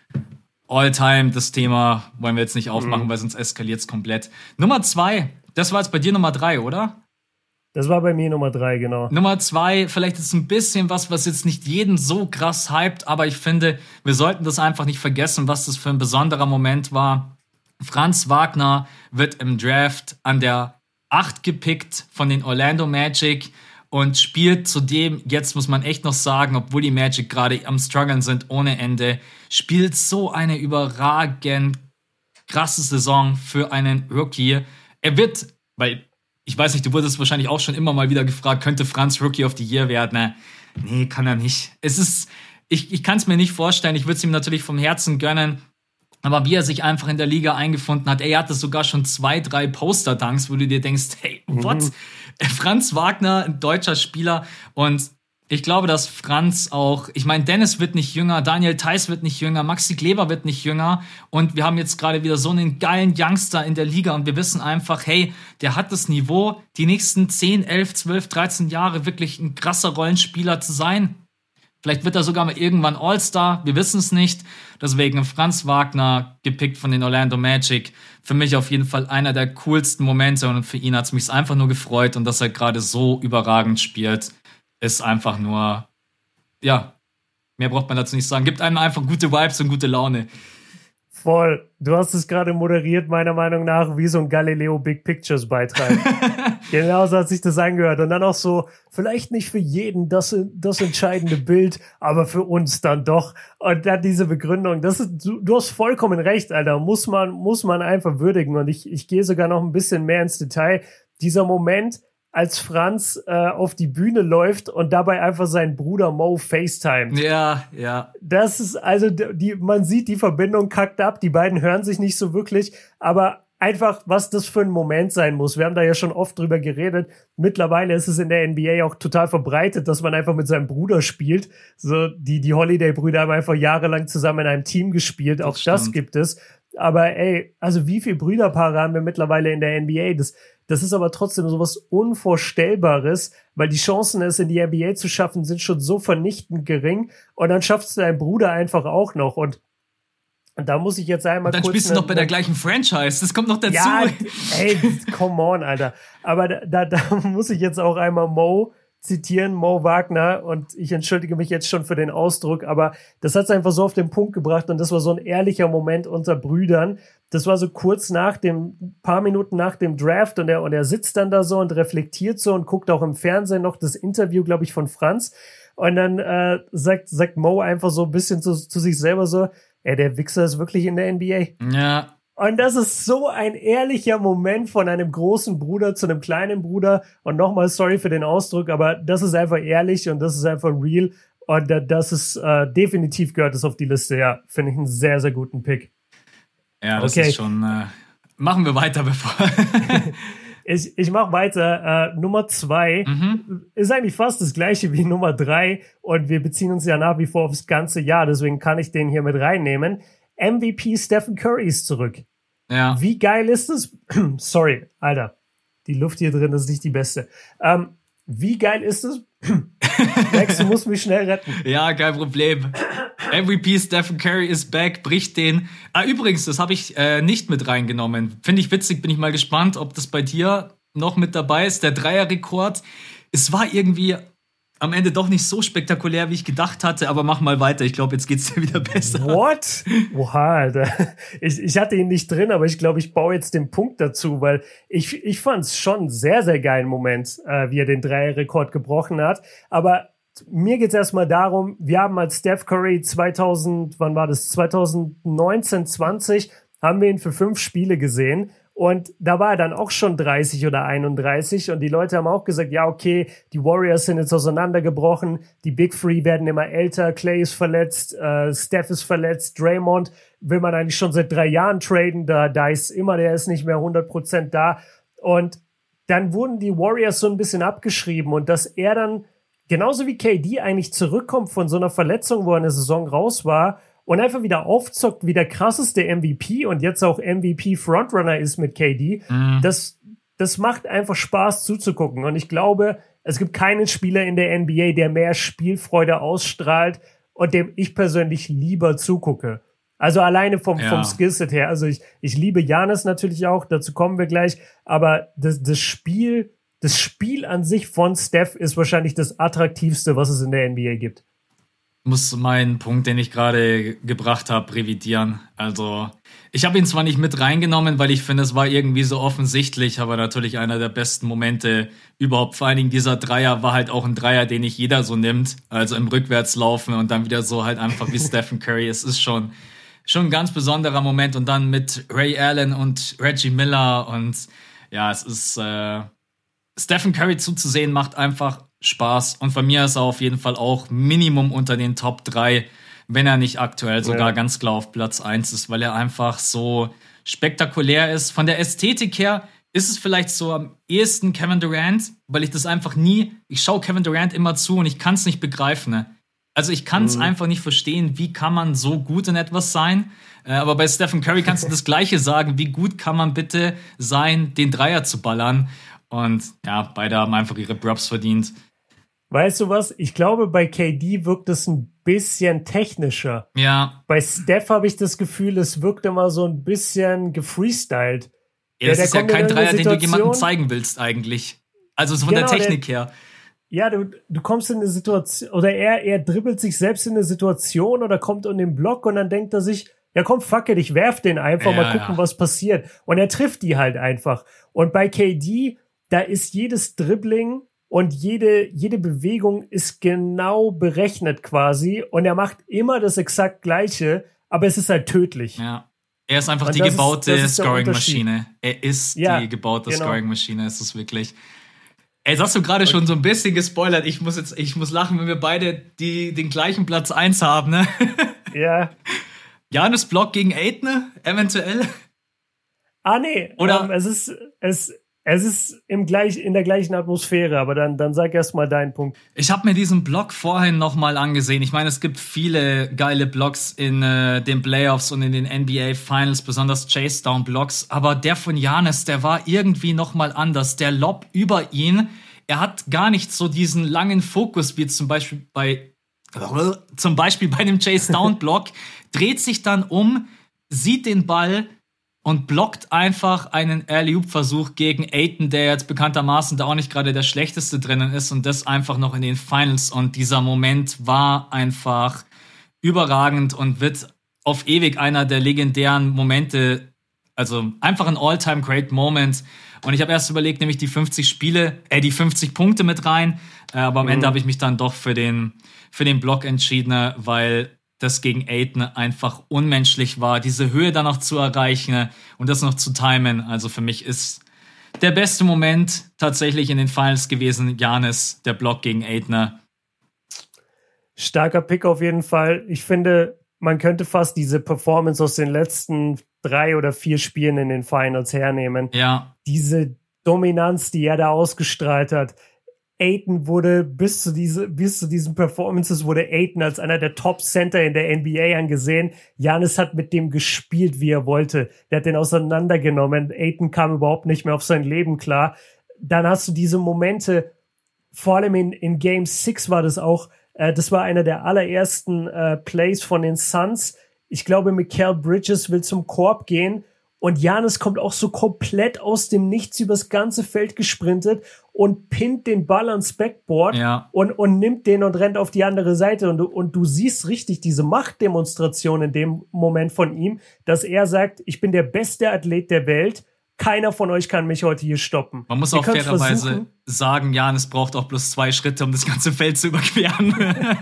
All-Time, das Thema wollen wir jetzt nicht aufmachen, weil sonst eskaliert es komplett. Nummer 2, das war jetzt bei dir Nummer 3, oder?
Das war bei mir Nummer 3, genau.
Nummer 2, vielleicht ist ein bisschen was jetzt nicht jeden so krass hypt, aber ich finde, wir sollten das einfach nicht vergessen, was das für ein besonderer Moment war. Franz Wagner wird im Draft an der 8 gepickt von den Orlando Magic und spielt zudem, jetzt muss man echt noch sagen, obwohl die Magic gerade am struggeln sind ohne Ende, spielt so eine überragend krasse Saison für einen Rookie. Er wird, weil, ich weiß nicht, du wurdest wahrscheinlich auch schon immer mal wieder gefragt, könnte Franz Rookie of the Year werden? Nee, kann er nicht. Ich kann es mir nicht vorstellen, ich würde es ihm natürlich vom Herzen gönnen, aber wie er sich einfach in der Liga eingefunden hat, er hatte sogar schon 2, 3 Poster-Dunks, wo du dir denkst, hey, what? Franz Wagner, ein deutscher Spieler, und ich glaube, dass Franz auch, ich meine, Dennis wird nicht jünger, Daniel Theis wird nicht jünger, Maxi Kleber wird nicht jünger und wir haben jetzt gerade wieder so einen geilen Youngster in der Liga und wir wissen einfach, hey, der hat das Niveau, die nächsten 10, 11, 12, 13 Jahre wirklich ein krasser Rollenspieler zu sein. Vielleicht wird er sogar mal irgendwann All-Star, wir wissen es nicht. Deswegen Franz Wagner, gepickt von den Orlando Magic. Für mich auf jeden Fall einer der coolsten Momente und für ihn hat es mich einfach nur gefreut und dass er gerade so überragend spielt, ist einfach nur, ja, mehr braucht man dazu nicht sagen. Gibt einem einfach gute Vibes und gute Laune.
Voll. Du hast es gerade moderiert, meiner Meinung nach, wie so ein Galileo Big Pictures Beitrag. Genau so hat sich das angehört. Und dann auch so, vielleicht nicht für jeden das entscheidende Bild, aber für uns dann doch. Und dann diese Begründung. Du hast vollkommen recht, Alter. Muss man einfach würdigen. Und ich gehe sogar noch ein bisschen mehr ins Detail. Dieser Moment, als Franz auf die Bühne läuft und dabei einfach seinen Bruder Mo FaceTimet.
Ja, ja.
Das ist, also, man sieht, die Verbindung kackt ab, die beiden hören sich nicht so wirklich, aber einfach, was das für ein Moment sein muss. Wir haben da ja schon oft drüber geredet. Mittlerweile ist es in der NBA auch total verbreitet, dass man einfach mit seinem Bruder spielt. So, die Holiday-Brüder haben einfach jahrelang zusammen in einem Team gespielt. Auch das gibt es. Aber ey, also wie viele Brüderpaare haben wir mittlerweile in der NBA? Das ist aber trotzdem sowas Unvorstellbares, weil die Chancen, es in die NBA zu schaffen, sind schon so vernichtend gering. Und dann schaffst du deinen Bruder einfach auch noch. Und da muss ich jetzt einmal
kurz... Dann spielst du noch bei der gleichen Franchise. Das kommt noch dazu. Ja,
ey, come on, Alter. Aber da muss ich jetzt auch einmal Mo Wagner, und ich entschuldige mich jetzt schon für den Ausdruck, aber das hat es einfach so auf den Punkt gebracht und das war so ein ehrlicher Moment unter Brüdern. Das war so kurz paar Minuten nach dem Draft und er sitzt dann da so und reflektiert so und guckt auch im Fernsehen noch das Interview, glaube ich, von Franz, und dann sagt Mo einfach so ein bisschen zu sich selber so, ey, der Wichser ist wirklich in der NBA.
Ja.
Und das ist so ein ehrlicher Moment von einem großen Bruder zu einem kleinen Bruder. Und nochmal sorry für den Ausdruck, aber das ist einfach ehrlich und das ist einfach real. Und das ist definitiv gehört es auf die Liste. Ja, finde ich einen sehr, sehr guten Pick.
Ja, das ist schon... machen wir weiter, bevor...
Ich mache weiter. Nummer 2 ist eigentlich fast das gleiche wie Nummer 3. Und wir beziehen uns ja nach wie vor aufs ganze Jahr. Deswegen kann ich den hier mit reinnehmen. MVP Stephen Curry ist zurück.
Ja.
Wie geil ist es? Sorry, Alter. Die Luft hier drin ist nicht die beste. Wie geil ist es? Max, du musst mich schnell retten.
Ja, kein Problem. MVP Stephen Curry ist back, bricht den. Übrigens, das habe ich nicht mit reingenommen. Finde ich witzig, bin ich mal gespannt, ob das bei dir noch mit dabei ist. Der Dreierrekord. Es war irgendwie am Ende doch nicht so spektakulär, wie ich gedacht hatte, aber mach mal weiter. Ich glaube, jetzt geht's dir wieder besser.
What? Oha, Alter. Ich hatte ihn nicht drin, aber ich glaube, ich baue jetzt den Punkt dazu, weil ich fand es schon sehr, sehr geilen Moment, wie er den Dreierrekord gebrochen hat. Aber mir geht's erstmal darum, wir haben als Steph Curry 2019, 20, haben wir ihn für 5 Spiele gesehen. Und da war er dann auch schon 30 oder 31 und die Leute haben auch gesagt, ja okay, die Warriors sind jetzt auseinandergebrochen, die Big Three werden immer älter, Clay ist verletzt, Steph ist verletzt, Draymond will man eigentlich schon seit 3 Jahren traden, da ist immer, der ist nicht mehr 100% da. Und dann wurden die Warriors so ein bisschen abgeschrieben und dass er dann, genauso wie KD eigentlich zurückkommt von so einer Verletzung, wo er eine Saison raus war, und einfach wieder aufzockt, wie der krasseste MVP und jetzt auch MVP-Frontrunner ist mit KD, das macht einfach Spaß zuzugucken. Und ich glaube, es gibt keinen Spieler in der NBA, der mehr Spielfreude ausstrahlt und dem ich persönlich lieber zugucke. Also alleine vom Skillset her. Also ich liebe Giannis natürlich auch, dazu kommen wir gleich. Aber das Spiel an sich von Steph ist wahrscheinlich das attraktivste, was es in der NBA gibt.
Muss meinen Punkt, den ich gerade gebracht habe, revidieren. Also, ich habe ihn zwar nicht mit reingenommen, weil ich finde, es war irgendwie so offensichtlich, aber natürlich einer der besten Momente überhaupt. Vor allen Dingen dieser Dreier war halt auch ein Dreier, den nicht jeder so nimmt. Also im Rückwärtslaufen und dann wieder so halt einfach wie Stephen Curry. Es ist schon ein ganz besonderer Moment. Und dann mit Ray Allen und Reggie Miller und ja, es ist Stephen Curry zuzusehen, macht einfach Spaß. Und von mir ist er auf jeden Fall auch Minimum unter den Top 3, wenn er nicht aktuell sogar ganz klar auf Platz 1 ist, weil er einfach so spektakulär ist. Von der Ästhetik her ist es vielleicht so am ehesten Kevin Durant, weil ich das einfach ich schaue Kevin Durant immer zu und ich kann es nicht begreifen. Ne? Also ich kann es einfach nicht verstehen, wie kann man so gut in etwas sein. Aber bei Stephen Curry kannst du das Gleiche sagen. Wie gut kann man bitte sein, den Dreier zu ballern? Und ja, beide haben einfach ihre Props verdient.
Weißt du was? Ich glaube, bei KD wirkt es ein bisschen technischer.
Ja.
Bei Steph habe ich das Gefühl, es wirkt immer so ein bisschen gefreestylt.
Ja, das ist ja kein Dreier, den du jemandem zeigen willst eigentlich. Also so von der Technik her.
Ja, du kommst in eine Situation, oder er dribbelt sich selbst in eine Situation oder kommt in den Block und dann denkt er sich, ja komm, fuck it, ich werf den einfach, mal gucken, was passiert. Und er trifft die halt einfach. Und bei KD, da ist jedes Dribbling und jede Bewegung ist genau berechnet quasi. Und er macht immer das exakt Gleiche, aber es ist halt tödlich.
Ja. Er ist einfach die gebaute Scoring-Maschine. Er ist die gebaute Scoring-Maschine, ist es wirklich. Ey, das hast du gerade schon so ein bisschen gespoilert. Ich muss lachen, wenn wir beide den gleichen Platz 1 haben, ne?
Ja.
Giannis Block gegen Ayton, eventuell?
Nee.
Oder?
Es ist in der gleichen Atmosphäre, aber dann sag erst mal deinen Punkt.
Ich habe mir diesen Block vorhin nochmal angesehen. Ich meine, es gibt viele geile Blocks in den Playoffs und in den NBA Finals, besonders Chase-Down-Blocks. Aber der von Giannis, der war irgendwie nochmal anders. Der Lob über ihn, er hat gar nicht so diesen langen Fokus, wie zum Beispiel bei dem Chase-Down-Block, dreht sich dann um, sieht den Ball und blockt einfach einen Alley-Oop-Versuch gegen Ayton, der jetzt bekanntermaßen da auch nicht gerade der schlechteste drinnen ist und das einfach noch in den Finals. Und dieser Moment war einfach überragend und wird auf ewig einer der legendären Momente, also einfach ein All-Time-Great Moment. Und ich habe erst überlegt, nehme ich die 50 Punkte mit rein, aber am Ende habe ich mich dann doch für den Block entschieden, weil das gegen Ayton einfach unmenschlich war, diese Höhe dann noch zu erreichen und das noch zu timen. Also für mich ist der beste Moment tatsächlich in den Finals gewesen, Giannis, der Block gegen Ayton.
Starker Pick auf jeden Fall. Ich finde, man könnte fast diese Performance aus den letzten 3 oder 4 Spielen in den Finals hernehmen.
Ja.
Diese Dominanz, die er da ausgestrahlt hat. Ayton wurde bis zu diesen Performances wurde Ayton als einer der Top-Center in der NBA angesehen. Giannis hat mit dem gespielt, wie er wollte. Der hat den auseinandergenommen. Ayton kam überhaupt nicht mehr auf sein Leben klar. dann hast du diese Momente, vor allem in Game 6 war das auch, das war einer der allerersten Plays von den Suns. Ich glaube, Mikal Bridges will zum Korb gehen und Giannis kommt auch so komplett aus dem Nichts übers ganze Feld gesprintet und pinnt den Ball ans Backboard und nimmt den und rennt auf die andere Seite. Und du siehst richtig diese Machtdemonstration in dem Moment von ihm, dass er sagt, ich bin der beste Athlet der Welt. Keiner von euch kann mich heute hier stoppen.
Man muss auch fairerweise sagen, Giannis braucht auch bloß 2 Schritte, um das ganze Feld zu überqueren.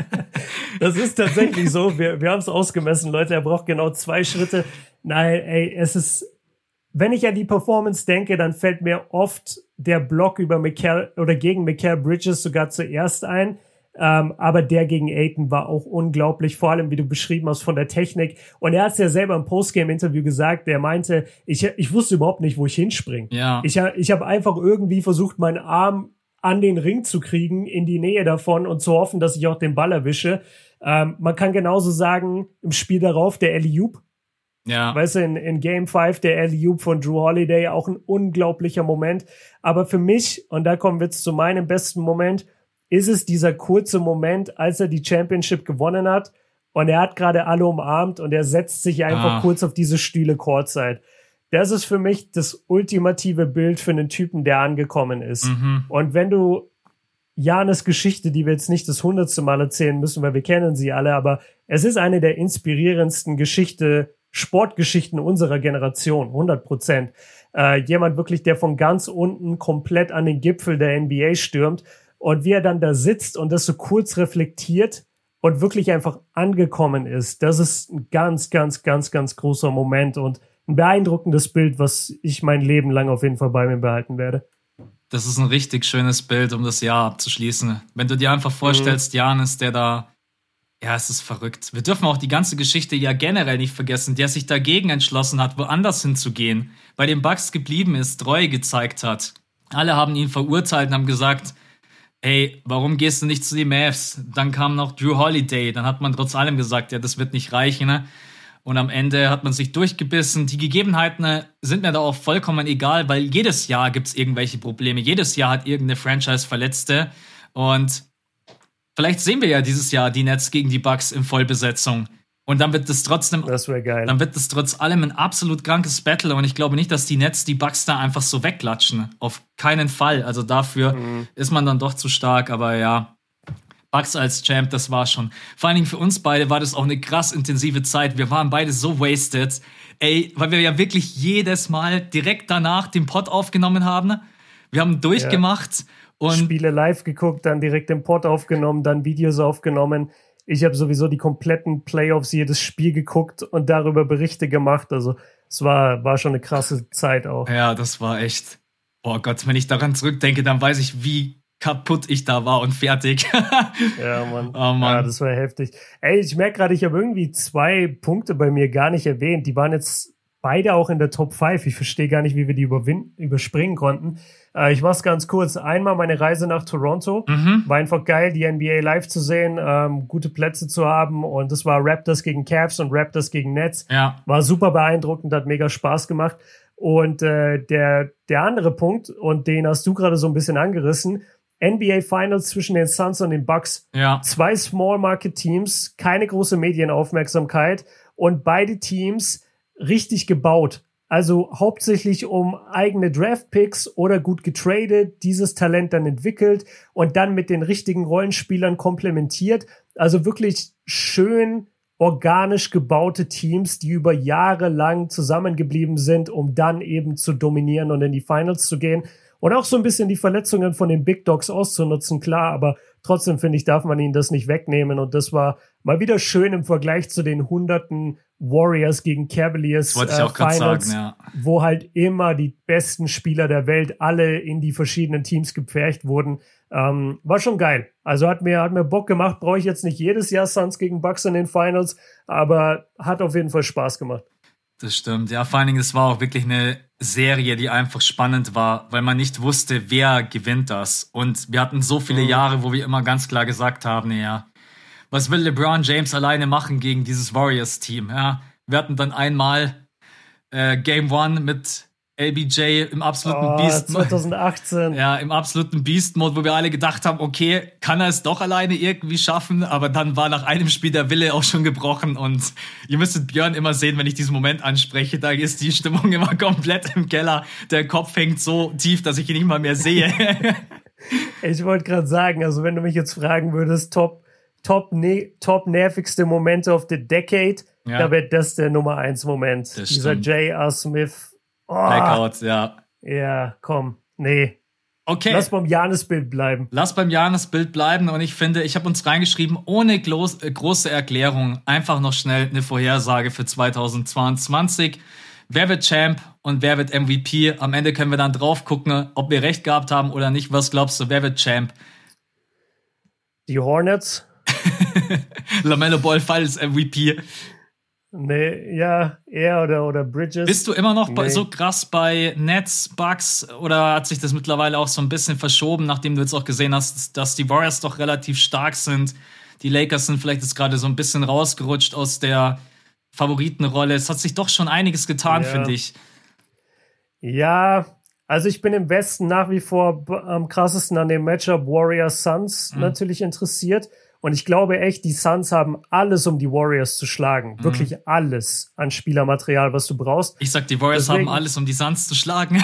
Das ist tatsächlich so. Wir haben es ausgemessen, Leute. Er braucht genau 2 Schritte. Nein, ey, es ist, wenn ich an die Performance denke, dann fällt mir oft der Block über Mikal oder gegen Mikal Bridges sogar zuerst ein. Aber der gegen Ayton war auch unglaublich, vor allem, wie du beschrieben hast, von der Technik. Und er hat es ja selber im Postgame-Interview gesagt, der meinte, ich wusste überhaupt nicht, wo ich hinspringe.
Ja.
Ich hab einfach irgendwie versucht, meinen Arm an den Ring zu kriegen, in die Nähe davon und zu hoffen, dass ich auch den Ball erwische. Man kann genauso sagen, im Spiel darauf, der Alley-Oop.
Ja.
Weißt du, in Game 5 der Alley-Oop von Jrue Holiday, auch ein unglaublicher Moment. Aber für mich, und da kommen wir jetzt zu meinem besten Moment, ist es dieser kurze Moment, als er die Championship gewonnen hat und er hat gerade alle umarmt und er setzt sich einfach kurz auf diese Stühle Courtside. Das ist für mich das ultimative Bild für einen Typen, der angekommen ist.
Mhm.
Und wenn du Giannis Geschichte, die wir jetzt nicht das 100. Mal erzählen müssen, weil wir kennen sie alle, aber es ist eine der inspirierendsten Sportgeschichten unserer Generation, 100%. Jemand wirklich, der von ganz unten komplett an den Gipfel der NBA stürmt. Und wie er dann da sitzt und das so kurz reflektiert und wirklich einfach angekommen ist, das ist ein ganz, ganz, ganz, ganz großer Moment und ein beeindruckendes Bild, was ich mein Leben lang auf jeden Fall bei mir behalten werde.
Das ist ein richtig schönes Bild, um das Jahr abzuschließen. Wenn du dir einfach vorstellst, Giannis, der da, ja, es ist verrückt. Wir dürfen auch die ganze Geschichte ja generell nicht vergessen, der sich dagegen entschlossen hat, woanders hinzugehen, bei den Bucks geblieben ist, Treue gezeigt hat. Alle haben ihn verurteilt und haben gesagt, hey, warum gehst du nicht zu den Mavs? Dann kam noch Jrue Holiday. Dann hat man trotz allem gesagt, ja, das wird nicht reichen. Ne? Und am Ende hat man sich durchgebissen. Die Gegebenheiten sind mir da auch vollkommen egal, weil jedes Jahr gibt es irgendwelche Probleme. Jedes Jahr hat irgendeine Franchise Verletzte. Und vielleicht sehen wir ja dieses Jahr die Nets gegen die Bucks in Vollbesetzung. Und dann wird das trotzdem,
das wäre geil.
Dann wird das trotz allem ein absolut krankes Battle. Und ich glaube nicht, dass die Nets die Bucks da einfach so wegklatschen. Auf keinen Fall. Also dafür ist man dann doch zu stark. Aber ja, Bucks als Champ, das war schon. Vor allen Dingen für uns beide war das auch eine krass intensive Zeit. Wir waren beide so wasted. Ey, weil wir ja wirklich jedes Mal direkt danach den Pod aufgenommen haben. Wir haben durchgemacht. Und
Spiele live geguckt, dann direkt den Pod aufgenommen, dann Videos aufgenommen. Ich habe sowieso die kompletten Playoffs, jedes Spiel geguckt und darüber Berichte gemacht. Also es war schon eine krasse Zeit auch.
Ja, das war echt, oh Gott, wenn ich daran zurückdenke, dann weiß ich, wie kaputt ich da war und fertig.
Ja, Mann.
Oh, Mann.
Ja, das war heftig. Ey, ich merke gerade, ich habe irgendwie 2 Punkte bei mir gar nicht erwähnt. Die waren jetzt beide auch in der Top 5. Ich verstehe gar nicht, wie wir die überspringen konnten. Ich mach's ganz kurz. Einmal meine Reise nach Toronto. War einfach geil, die NBA live zu sehen, gute Plätze zu haben. Und das war Raptors gegen Cavs und Raptors gegen Nets.
Ja.
War super beeindruckend, hat mega Spaß gemacht. Und der andere Punkt, und den hast du gerade so ein bisschen angerissen, NBA Finals zwischen den Suns und den Bucks.
Ja.
2 Small Market Teams, keine große Medienaufmerksamkeit und beide Teams richtig gebaut. Also hauptsächlich um eigene Draft-Picks oder gut getradet, dieses Talent dann entwickelt und dann mit den richtigen Rollenspielern komplementiert. Also wirklich schön organisch gebaute Teams, die über Jahre lang zusammengeblieben sind, um dann eben zu dominieren und in die Finals zu gehen. Und auch so ein bisschen die Verletzungen von den Big Dogs auszunutzen, klar, aber trotzdem finde ich, darf man ihnen das nicht wegnehmen. Und das war mal wieder schön im Vergleich zu den hunderten Warriors gegen Cavaliers
Finals, ja.
Wo halt immer die besten Spieler der Welt alle in die verschiedenen Teams gepfercht wurden. War schon geil. Also hat mir Bock gemacht. Brauche ich jetzt nicht jedes Jahr Suns gegen Bucks in den Finals, aber hat auf jeden Fall Spaß gemacht.
Das stimmt. Ja, vor allen Dingen, es war auch wirklich eine Serie, die einfach spannend war, weil man nicht wusste, wer gewinnt das. Und wir hatten so viele Jahre, wo wir immer ganz klar gesagt haben, ja, was will LeBron James alleine machen gegen dieses Warriors-Team? Ja, wir hatten dann einmal Game 1 mit LBJ im absoluten Beast-Mode.
2018.
Ja, im absoluten Beast-Mode, wo wir alle gedacht haben, okay, kann er es doch alleine irgendwie schaffen? Aber dann war nach einem Spiel der Wille auch schon gebrochen. Und ihr müsstet Björn immer sehen, wenn ich diesen Moment anspreche, da ist die Stimmung immer komplett im Keller. Der Kopf hängt so tief, dass ich ihn nicht mal mehr sehe.
Ich wollte gerade sagen, also wenn du mich jetzt fragen würdest, top nervigste Momente of the Decade, da wäre das der Nummer 1 Moment. Dieser J.R. Smith.
Blackout, ja.
Ja, komm, nee.
Okay.
Lass beim Giannis-Bild bleiben.
Lass beim Giannis-Bild bleiben. Und ich finde, ich habe uns reingeschrieben, ohne große Erklärung, einfach noch schnell eine Vorhersage für 2022. Wer wird Champ und wer wird MVP? Am Ende können wir dann drauf gucken, ob wir recht gehabt haben oder nicht. Was glaubst du, wer wird Champ?
Die Hornets.
LaMelo Ball als MVP.
Nee, ja, er oder Bridges.
Bist du immer noch so krass bei Nets, Bucks oder hat sich das mittlerweile auch so ein bisschen verschoben, nachdem du jetzt auch gesehen hast, dass die Warriors doch relativ stark sind? Die Lakers sind vielleicht jetzt gerade so ein bisschen rausgerutscht aus der Favoritenrolle. Es hat sich doch schon einiges getan, finde ich.
Ja, also ich bin im Westen nach wie vor am krassesten an dem Matchup Warriors-Suns natürlich interessiert. Und ich glaube echt, die Suns haben alles, um die Warriors zu schlagen. Wirklich alles an Spielermaterial, was du brauchst.
Ich sag, die Warriors haben alles, um die Suns zu schlagen.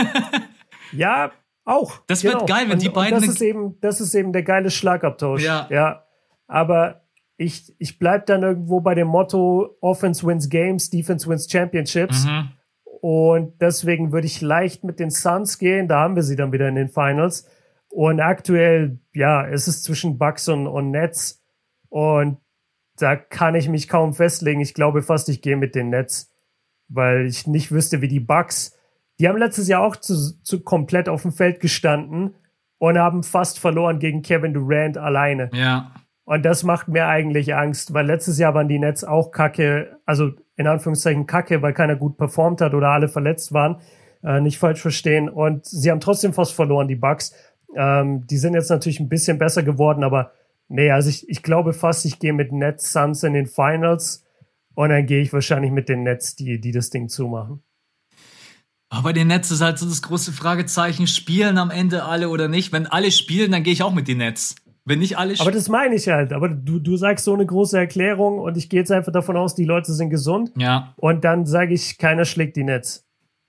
Ja, auch.
Das wird geil, wenn die beiden...
Das ist eben der geile Schlagabtausch. Ja. Aber ich bleib dann irgendwo bei dem Motto Offense wins Games, Defense wins Championships. Und deswegen würde ich leicht mit den Suns gehen. Da haben wir sie dann wieder in den Finals. Und aktuell, ja, es ist zwischen Bucks und Nets. Und da kann ich mich kaum festlegen. Ich glaube fast, ich gehe mit den Nets, weil ich nicht wüsste, wie die Bucks. Die haben letztes Jahr auch zu komplett auf dem Feld gestanden und haben fast verloren gegen Kevin Durant alleine.
Ja.
Und das macht mir eigentlich Angst, weil letztes Jahr waren die Nets auch kacke, also in Anführungszeichen kacke, weil keiner gut performt hat oder alle verletzt waren. Nicht falsch verstehen. Und sie haben trotzdem fast verloren, die Bucks. Die sind jetzt natürlich ein bisschen besser geworden, aber nee, also ich glaube fast, ich gehe mit Nets Suns in den Finals und dann gehe ich wahrscheinlich mit den Nets, die das Ding zumachen.
Aber bei den Nets ist halt so das große Fragezeichen, spielen am Ende alle oder nicht? Wenn alle spielen, dann gehe ich auch mit den Nets. Wenn nicht alle
Aber das meine ich halt. Aber du sagst so eine große Erklärung und ich gehe jetzt einfach davon aus, die Leute sind gesund.
Ja.
Und dann sage ich, keiner schlägt die Nets.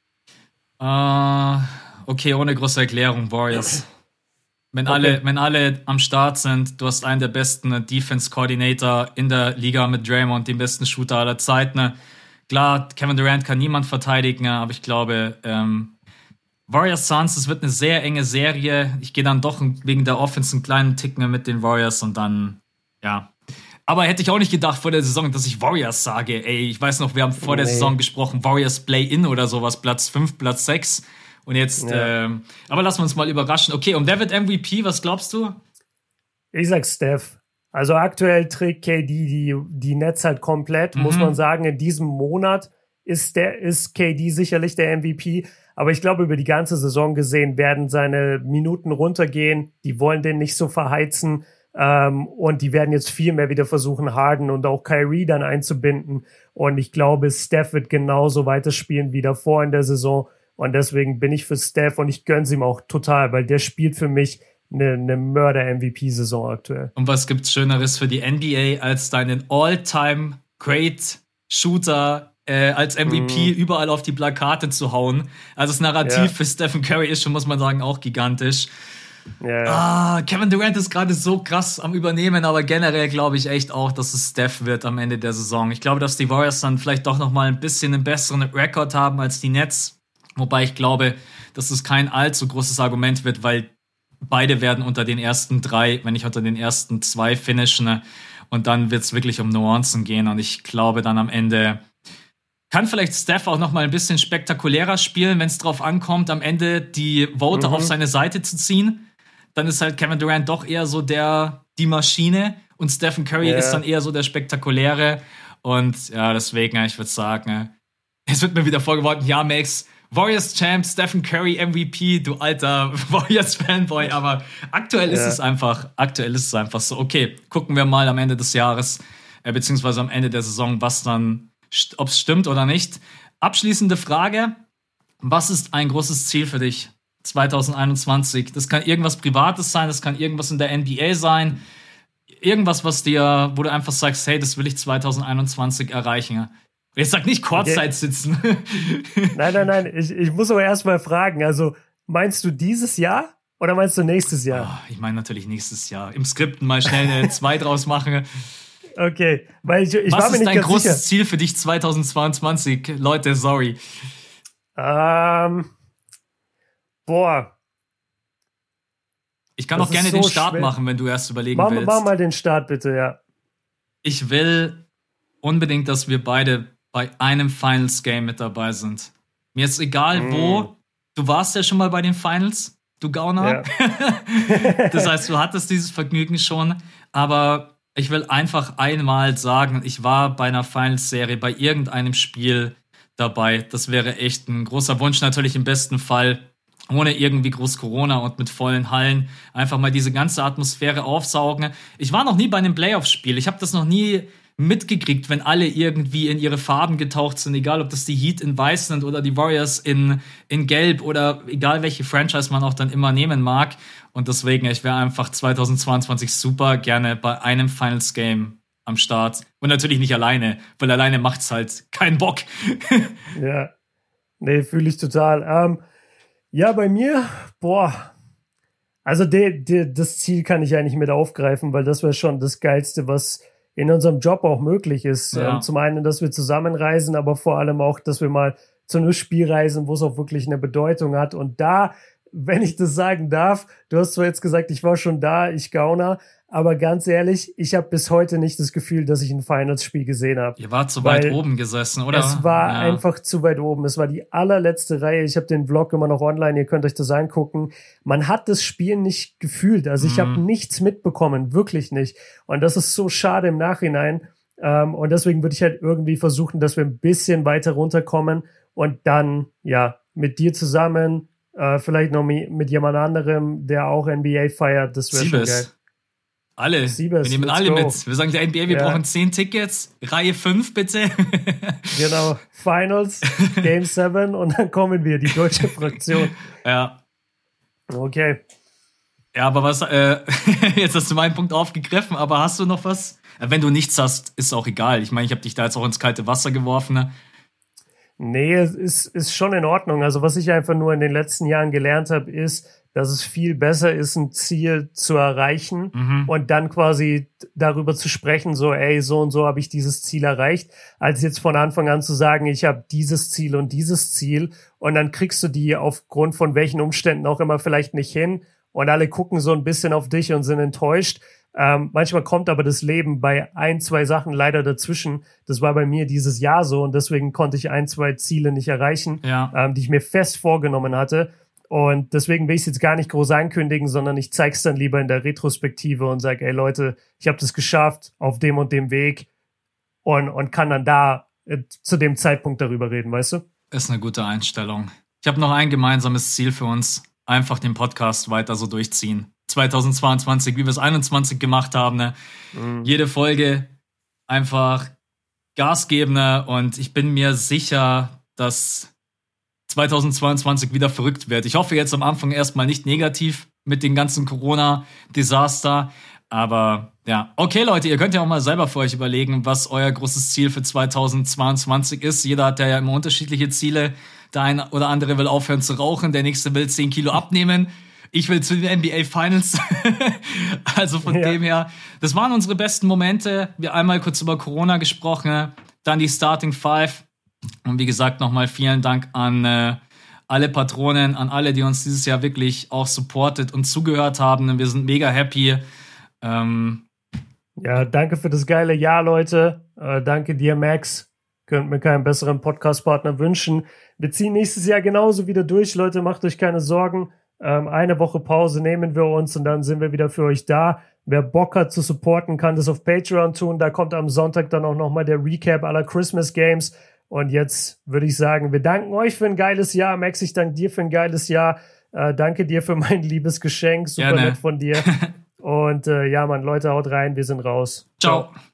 Okay, ohne große Erklärung, Warriors. Wenn alle am Start sind, du hast einen der besten Defense-Coordinator in der Liga mit Draymond, den besten Shooter aller Zeiten. Klar, Kevin Durant kann niemand verteidigen, aber ich glaube, Warriors Suns, es wird eine sehr enge Serie. Ich gehe dann doch wegen der Offense einen kleinen Ticken mit den Warriors und dann, ja. Aber hätte ich auch nicht gedacht vor der Saison, dass ich Warriors sage. Ey, ich weiß noch, wir haben vor der Saison gesprochen, Warriors Play-In oder sowas, Platz 5, Platz 6. Und jetzt, aber lassen wir uns mal überraschen. Okay, und wer wird MVP? Was glaubst du?
Ich sag Steph. Also aktuell trägt KD die Nets halt komplett, muss man sagen. In diesem Monat ist KD sicherlich der MVP. Aber ich glaube, über die ganze Saison gesehen werden seine Minuten runtergehen. Die wollen den nicht so verheizen. Und die werden jetzt viel mehr wieder versuchen, Harden und auch Kyrie dann einzubinden. Und ich glaube, Steph wird genauso weiterspielen wie davor in der Saison. Und deswegen bin ich für Steph und ich gönn's ihm auch total, weil der spielt für mich eine Mörder-MVP-Saison aktuell.
Und was gibt's Schöneres für die NBA, als deinen All-Time-Great-Shooter als MVP überall auf die Plakate zu hauen? Also das Narrativ für Stephen Curry ist schon, muss man sagen, auch gigantisch. Kevin Durant ist gerade so krass am Übernehmen, aber generell glaube ich echt auch, dass es Steph wird am Ende der Saison. Ich glaube, dass die Warriors dann vielleicht doch noch mal ein bisschen einen besseren Rekord haben als die Nets. Wobei ich glaube, dass es kein allzu großes Argument wird, weil beide werden unter den ersten 3, wenn nicht unter den ersten 2 finishen. Und dann wird es wirklich um Nuancen gehen. Und ich glaube dann am Ende kann vielleicht Steph auch noch mal ein bisschen spektakulärer spielen, wenn es drauf ankommt, am Ende die Voter auf seine Seite zu ziehen. Dann ist halt Kevin Durant doch eher so die Maschine und Stephen Curry ist dann eher so der Spektakuläre. Und ja, deswegen, ich würde sagen, es wird mir wieder vorgeworfen, ja, Max, Warriors Champ, Stephen Curry MVP, du alter Warriors-Fanboy, aber aktuell ist es einfach so. Okay, gucken wir mal am Ende des Jahres, beziehungsweise am Ende der Saison, was dann, ob es stimmt oder nicht. Abschließende Frage, Was ist ein großes Ziel für dich 2021? Das kann irgendwas Privates sein, das kann irgendwas in der NBA sein. Irgendwas, wo du einfach sagst, hey, das will ich 2021 erreichen. Ich sag nicht Courtside sitzen.
Nein. Ich muss aber erst mal fragen, also meinst du dieses Jahr oder meinst du nächstes Jahr?
Ich meine natürlich nächstes Jahr. Im Skripten mal schnell eine 2 draus machen.
Okay, weil ich
Was
war mir
ist
nicht
dein
ganz
großes
sicher.
Ziel für dich 2022? Leute, sorry.
Boah.
Ich kann
Das
auch gerne
ist so
den Start
schwer.
machen, wenn du erst überlegen willst.
Mach mal den Start bitte, ja.
Ich will unbedingt, dass wir beide bei einem Finals-Game mit dabei sind. Mir ist egal wo. Du warst ja schon mal bei den Finals, du Gauner. Ja. Das heißt, du hattest dieses Vergnügen schon. Aber ich will einfach einmal sagen, ich war bei einer Finals-Serie, bei irgendeinem Spiel dabei. Das wäre echt ein großer Wunsch. Natürlich im besten Fall ohne irgendwie groß Corona und mit vollen Hallen. Einfach mal diese ganze Atmosphäre aufsaugen. Ich war noch nie bei einem Playoff-Spiel. Ich habe das noch nie mitgekriegt, wenn alle irgendwie in ihre Farben getaucht sind, egal ob das die Heat in Weiß sind oder die Warriors in Gelb oder egal welche Franchise man auch dann immer nehmen mag. Und deswegen, ich wäre einfach 2022 super gerne bei einem Finals-Game am Start. Und natürlich nicht alleine, weil alleine macht's halt keinen Bock.
Ja, nee, fühle ich total. Ja, bei mir, also das Ziel kann ich eigentlich mit aufgreifen, weil das wäre schon das Geilste, was in unserem Job auch möglich ist.
Ja.
Zum einen, dass wir zusammenreisen, aber vor allem auch, dass wir mal zu einem Spiel reisen, wo es auch wirklich eine Bedeutung hat. Und da, wenn ich das sagen darf, du hast zwar jetzt gesagt, ich war schon da, ich Gauner, aber ganz ehrlich, ich habe bis heute nicht das Gefühl, dass ich ein Finals-Spiel gesehen habe.
Ihr wart zu weit oben gesessen, oder?
Es war einfach zu weit oben. Es war die allerletzte Reihe. Ich habe den Vlog immer noch online. Ihr könnt euch das angucken. Man hat das Spiel nicht gefühlt. Also ich habe nichts mitbekommen. Wirklich nicht. Und das ist so schade im Nachhinein. Und deswegen würde ich halt irgendwie versuchen, dass wir ein bisschen weiter runterkommen und dann, ja, mit dir zusammen, vielleicht noch mit jemand anderem, der auch NBA feiert. Das wäre schon geil.
Alle.
Siebes,
wir nehmen alle mit. Wir sagen der NBA, wir brauchen 10 Tickets. Reihe 5, bitte.
Genau. Finals, Game 7 und dann kommen wir, die deutsche Fraktion.
Ja.
Okay.
Ja, aber was, jetzt hast du meinen Punkt aufgegriffen, aber hast du noch was? Wenn du nichts hast, ist auch egal. Ich meine, ich habe dich da jetzt auch ins kalte Wasser geworfen. Ne?
Nee, es ist schon in Ordnung. Also was ich einfach nur in den letzten Jahren gelernt habe, ist, dass es viel besser ist, ein Ziel zu erreichen und dann quasi darüber zu sprechen, so, ey, so und so habe ich dieses Ziel erreicht, als jetzt von Anfang an zu sagen, ich habe dieses Ziel und dann kriegst du die aufgrund von welchen Umständen auch immer vielleicht nicht hin und alle gucken so ein bisschen auf dich und sind enttäuscht. Manchmal kommt aber das Leben bei 1, 2 Sachen leider dazwischen. Das war bei mir dieses Jahr so und deswegen konnte ich 1, 2 Ziele nicht erreichen, die ich mir fest vorgenommen hatte. Und deswegen will ich es jetzt gar nicht groß ankündigen, sondern ich zeige es dann lieber in der Retrospektive und sage, ey Leute, ich habe das geschafft auf dem und dem Weg und kann dann da zu dem Zeitpunkt darüber reden, weißt du?
Ist eine gute Einstellung. Ich habe noch ein gemeinsames Ziel für uns. Einfach den Podcast weiter so durchziehen. 2022, wie wir es 21 gemacht haben. Ne? Jede Folge einfach Gas geben. Ne? Und ich bin mir sicher, dass 2022 wieder verrückt wird. Ich hoffe jetzt am Anfang erstmal nicht negativ mit dem ganzen Corona-Desaster. Aber ja, okay Leute, ihr könnt ja auch mal selber für euch überlegen, was euer großes Ziel für 2022 ist. Jeder hat ja immer unterschiedliche Ziele. Der eine oder andere will aufhören zu rauchen, der nächste will 10 Kilo abnehmen. Ich will zu den NBA Finals. Also von dem her, das waren unsere besten Momente. Wir haben einmal kurz über Corona gesprochen, dann die Starting Five. Und wie gesagt, nochmal vielen Dank an alle Patronen, an alle, die uns dieses Jahr wirklich auch supportet und zugehört haben. Wir sind mega happy.
Ja, danke für das geile Jahr, Leute. Danke dir, Max. Könnt mir keinen besseren Podcast-Partner wünschen. Wir ziehen nächstes Jahr genauso wieder durch, Leute. Macht euch keine Sorgen. Eine Woche Pause nehmen wir uns und dann sind wir wieder für euch da. Wer Bock hat zu supporten, kann das auf Patreon tun. Da kommt am Sonntag dann auch nochmal der Recap aller Christmas Games. Und jetzt würde ich sagen, wir danken euch für ein geiles Jahr. Max, ich danke dir für ein geiles Jahr. Danke dir für mein liebes Geschenk. Super nett von dir. Und ja, Mann, Leute, haut rein. Wir sind raus.
Ciao.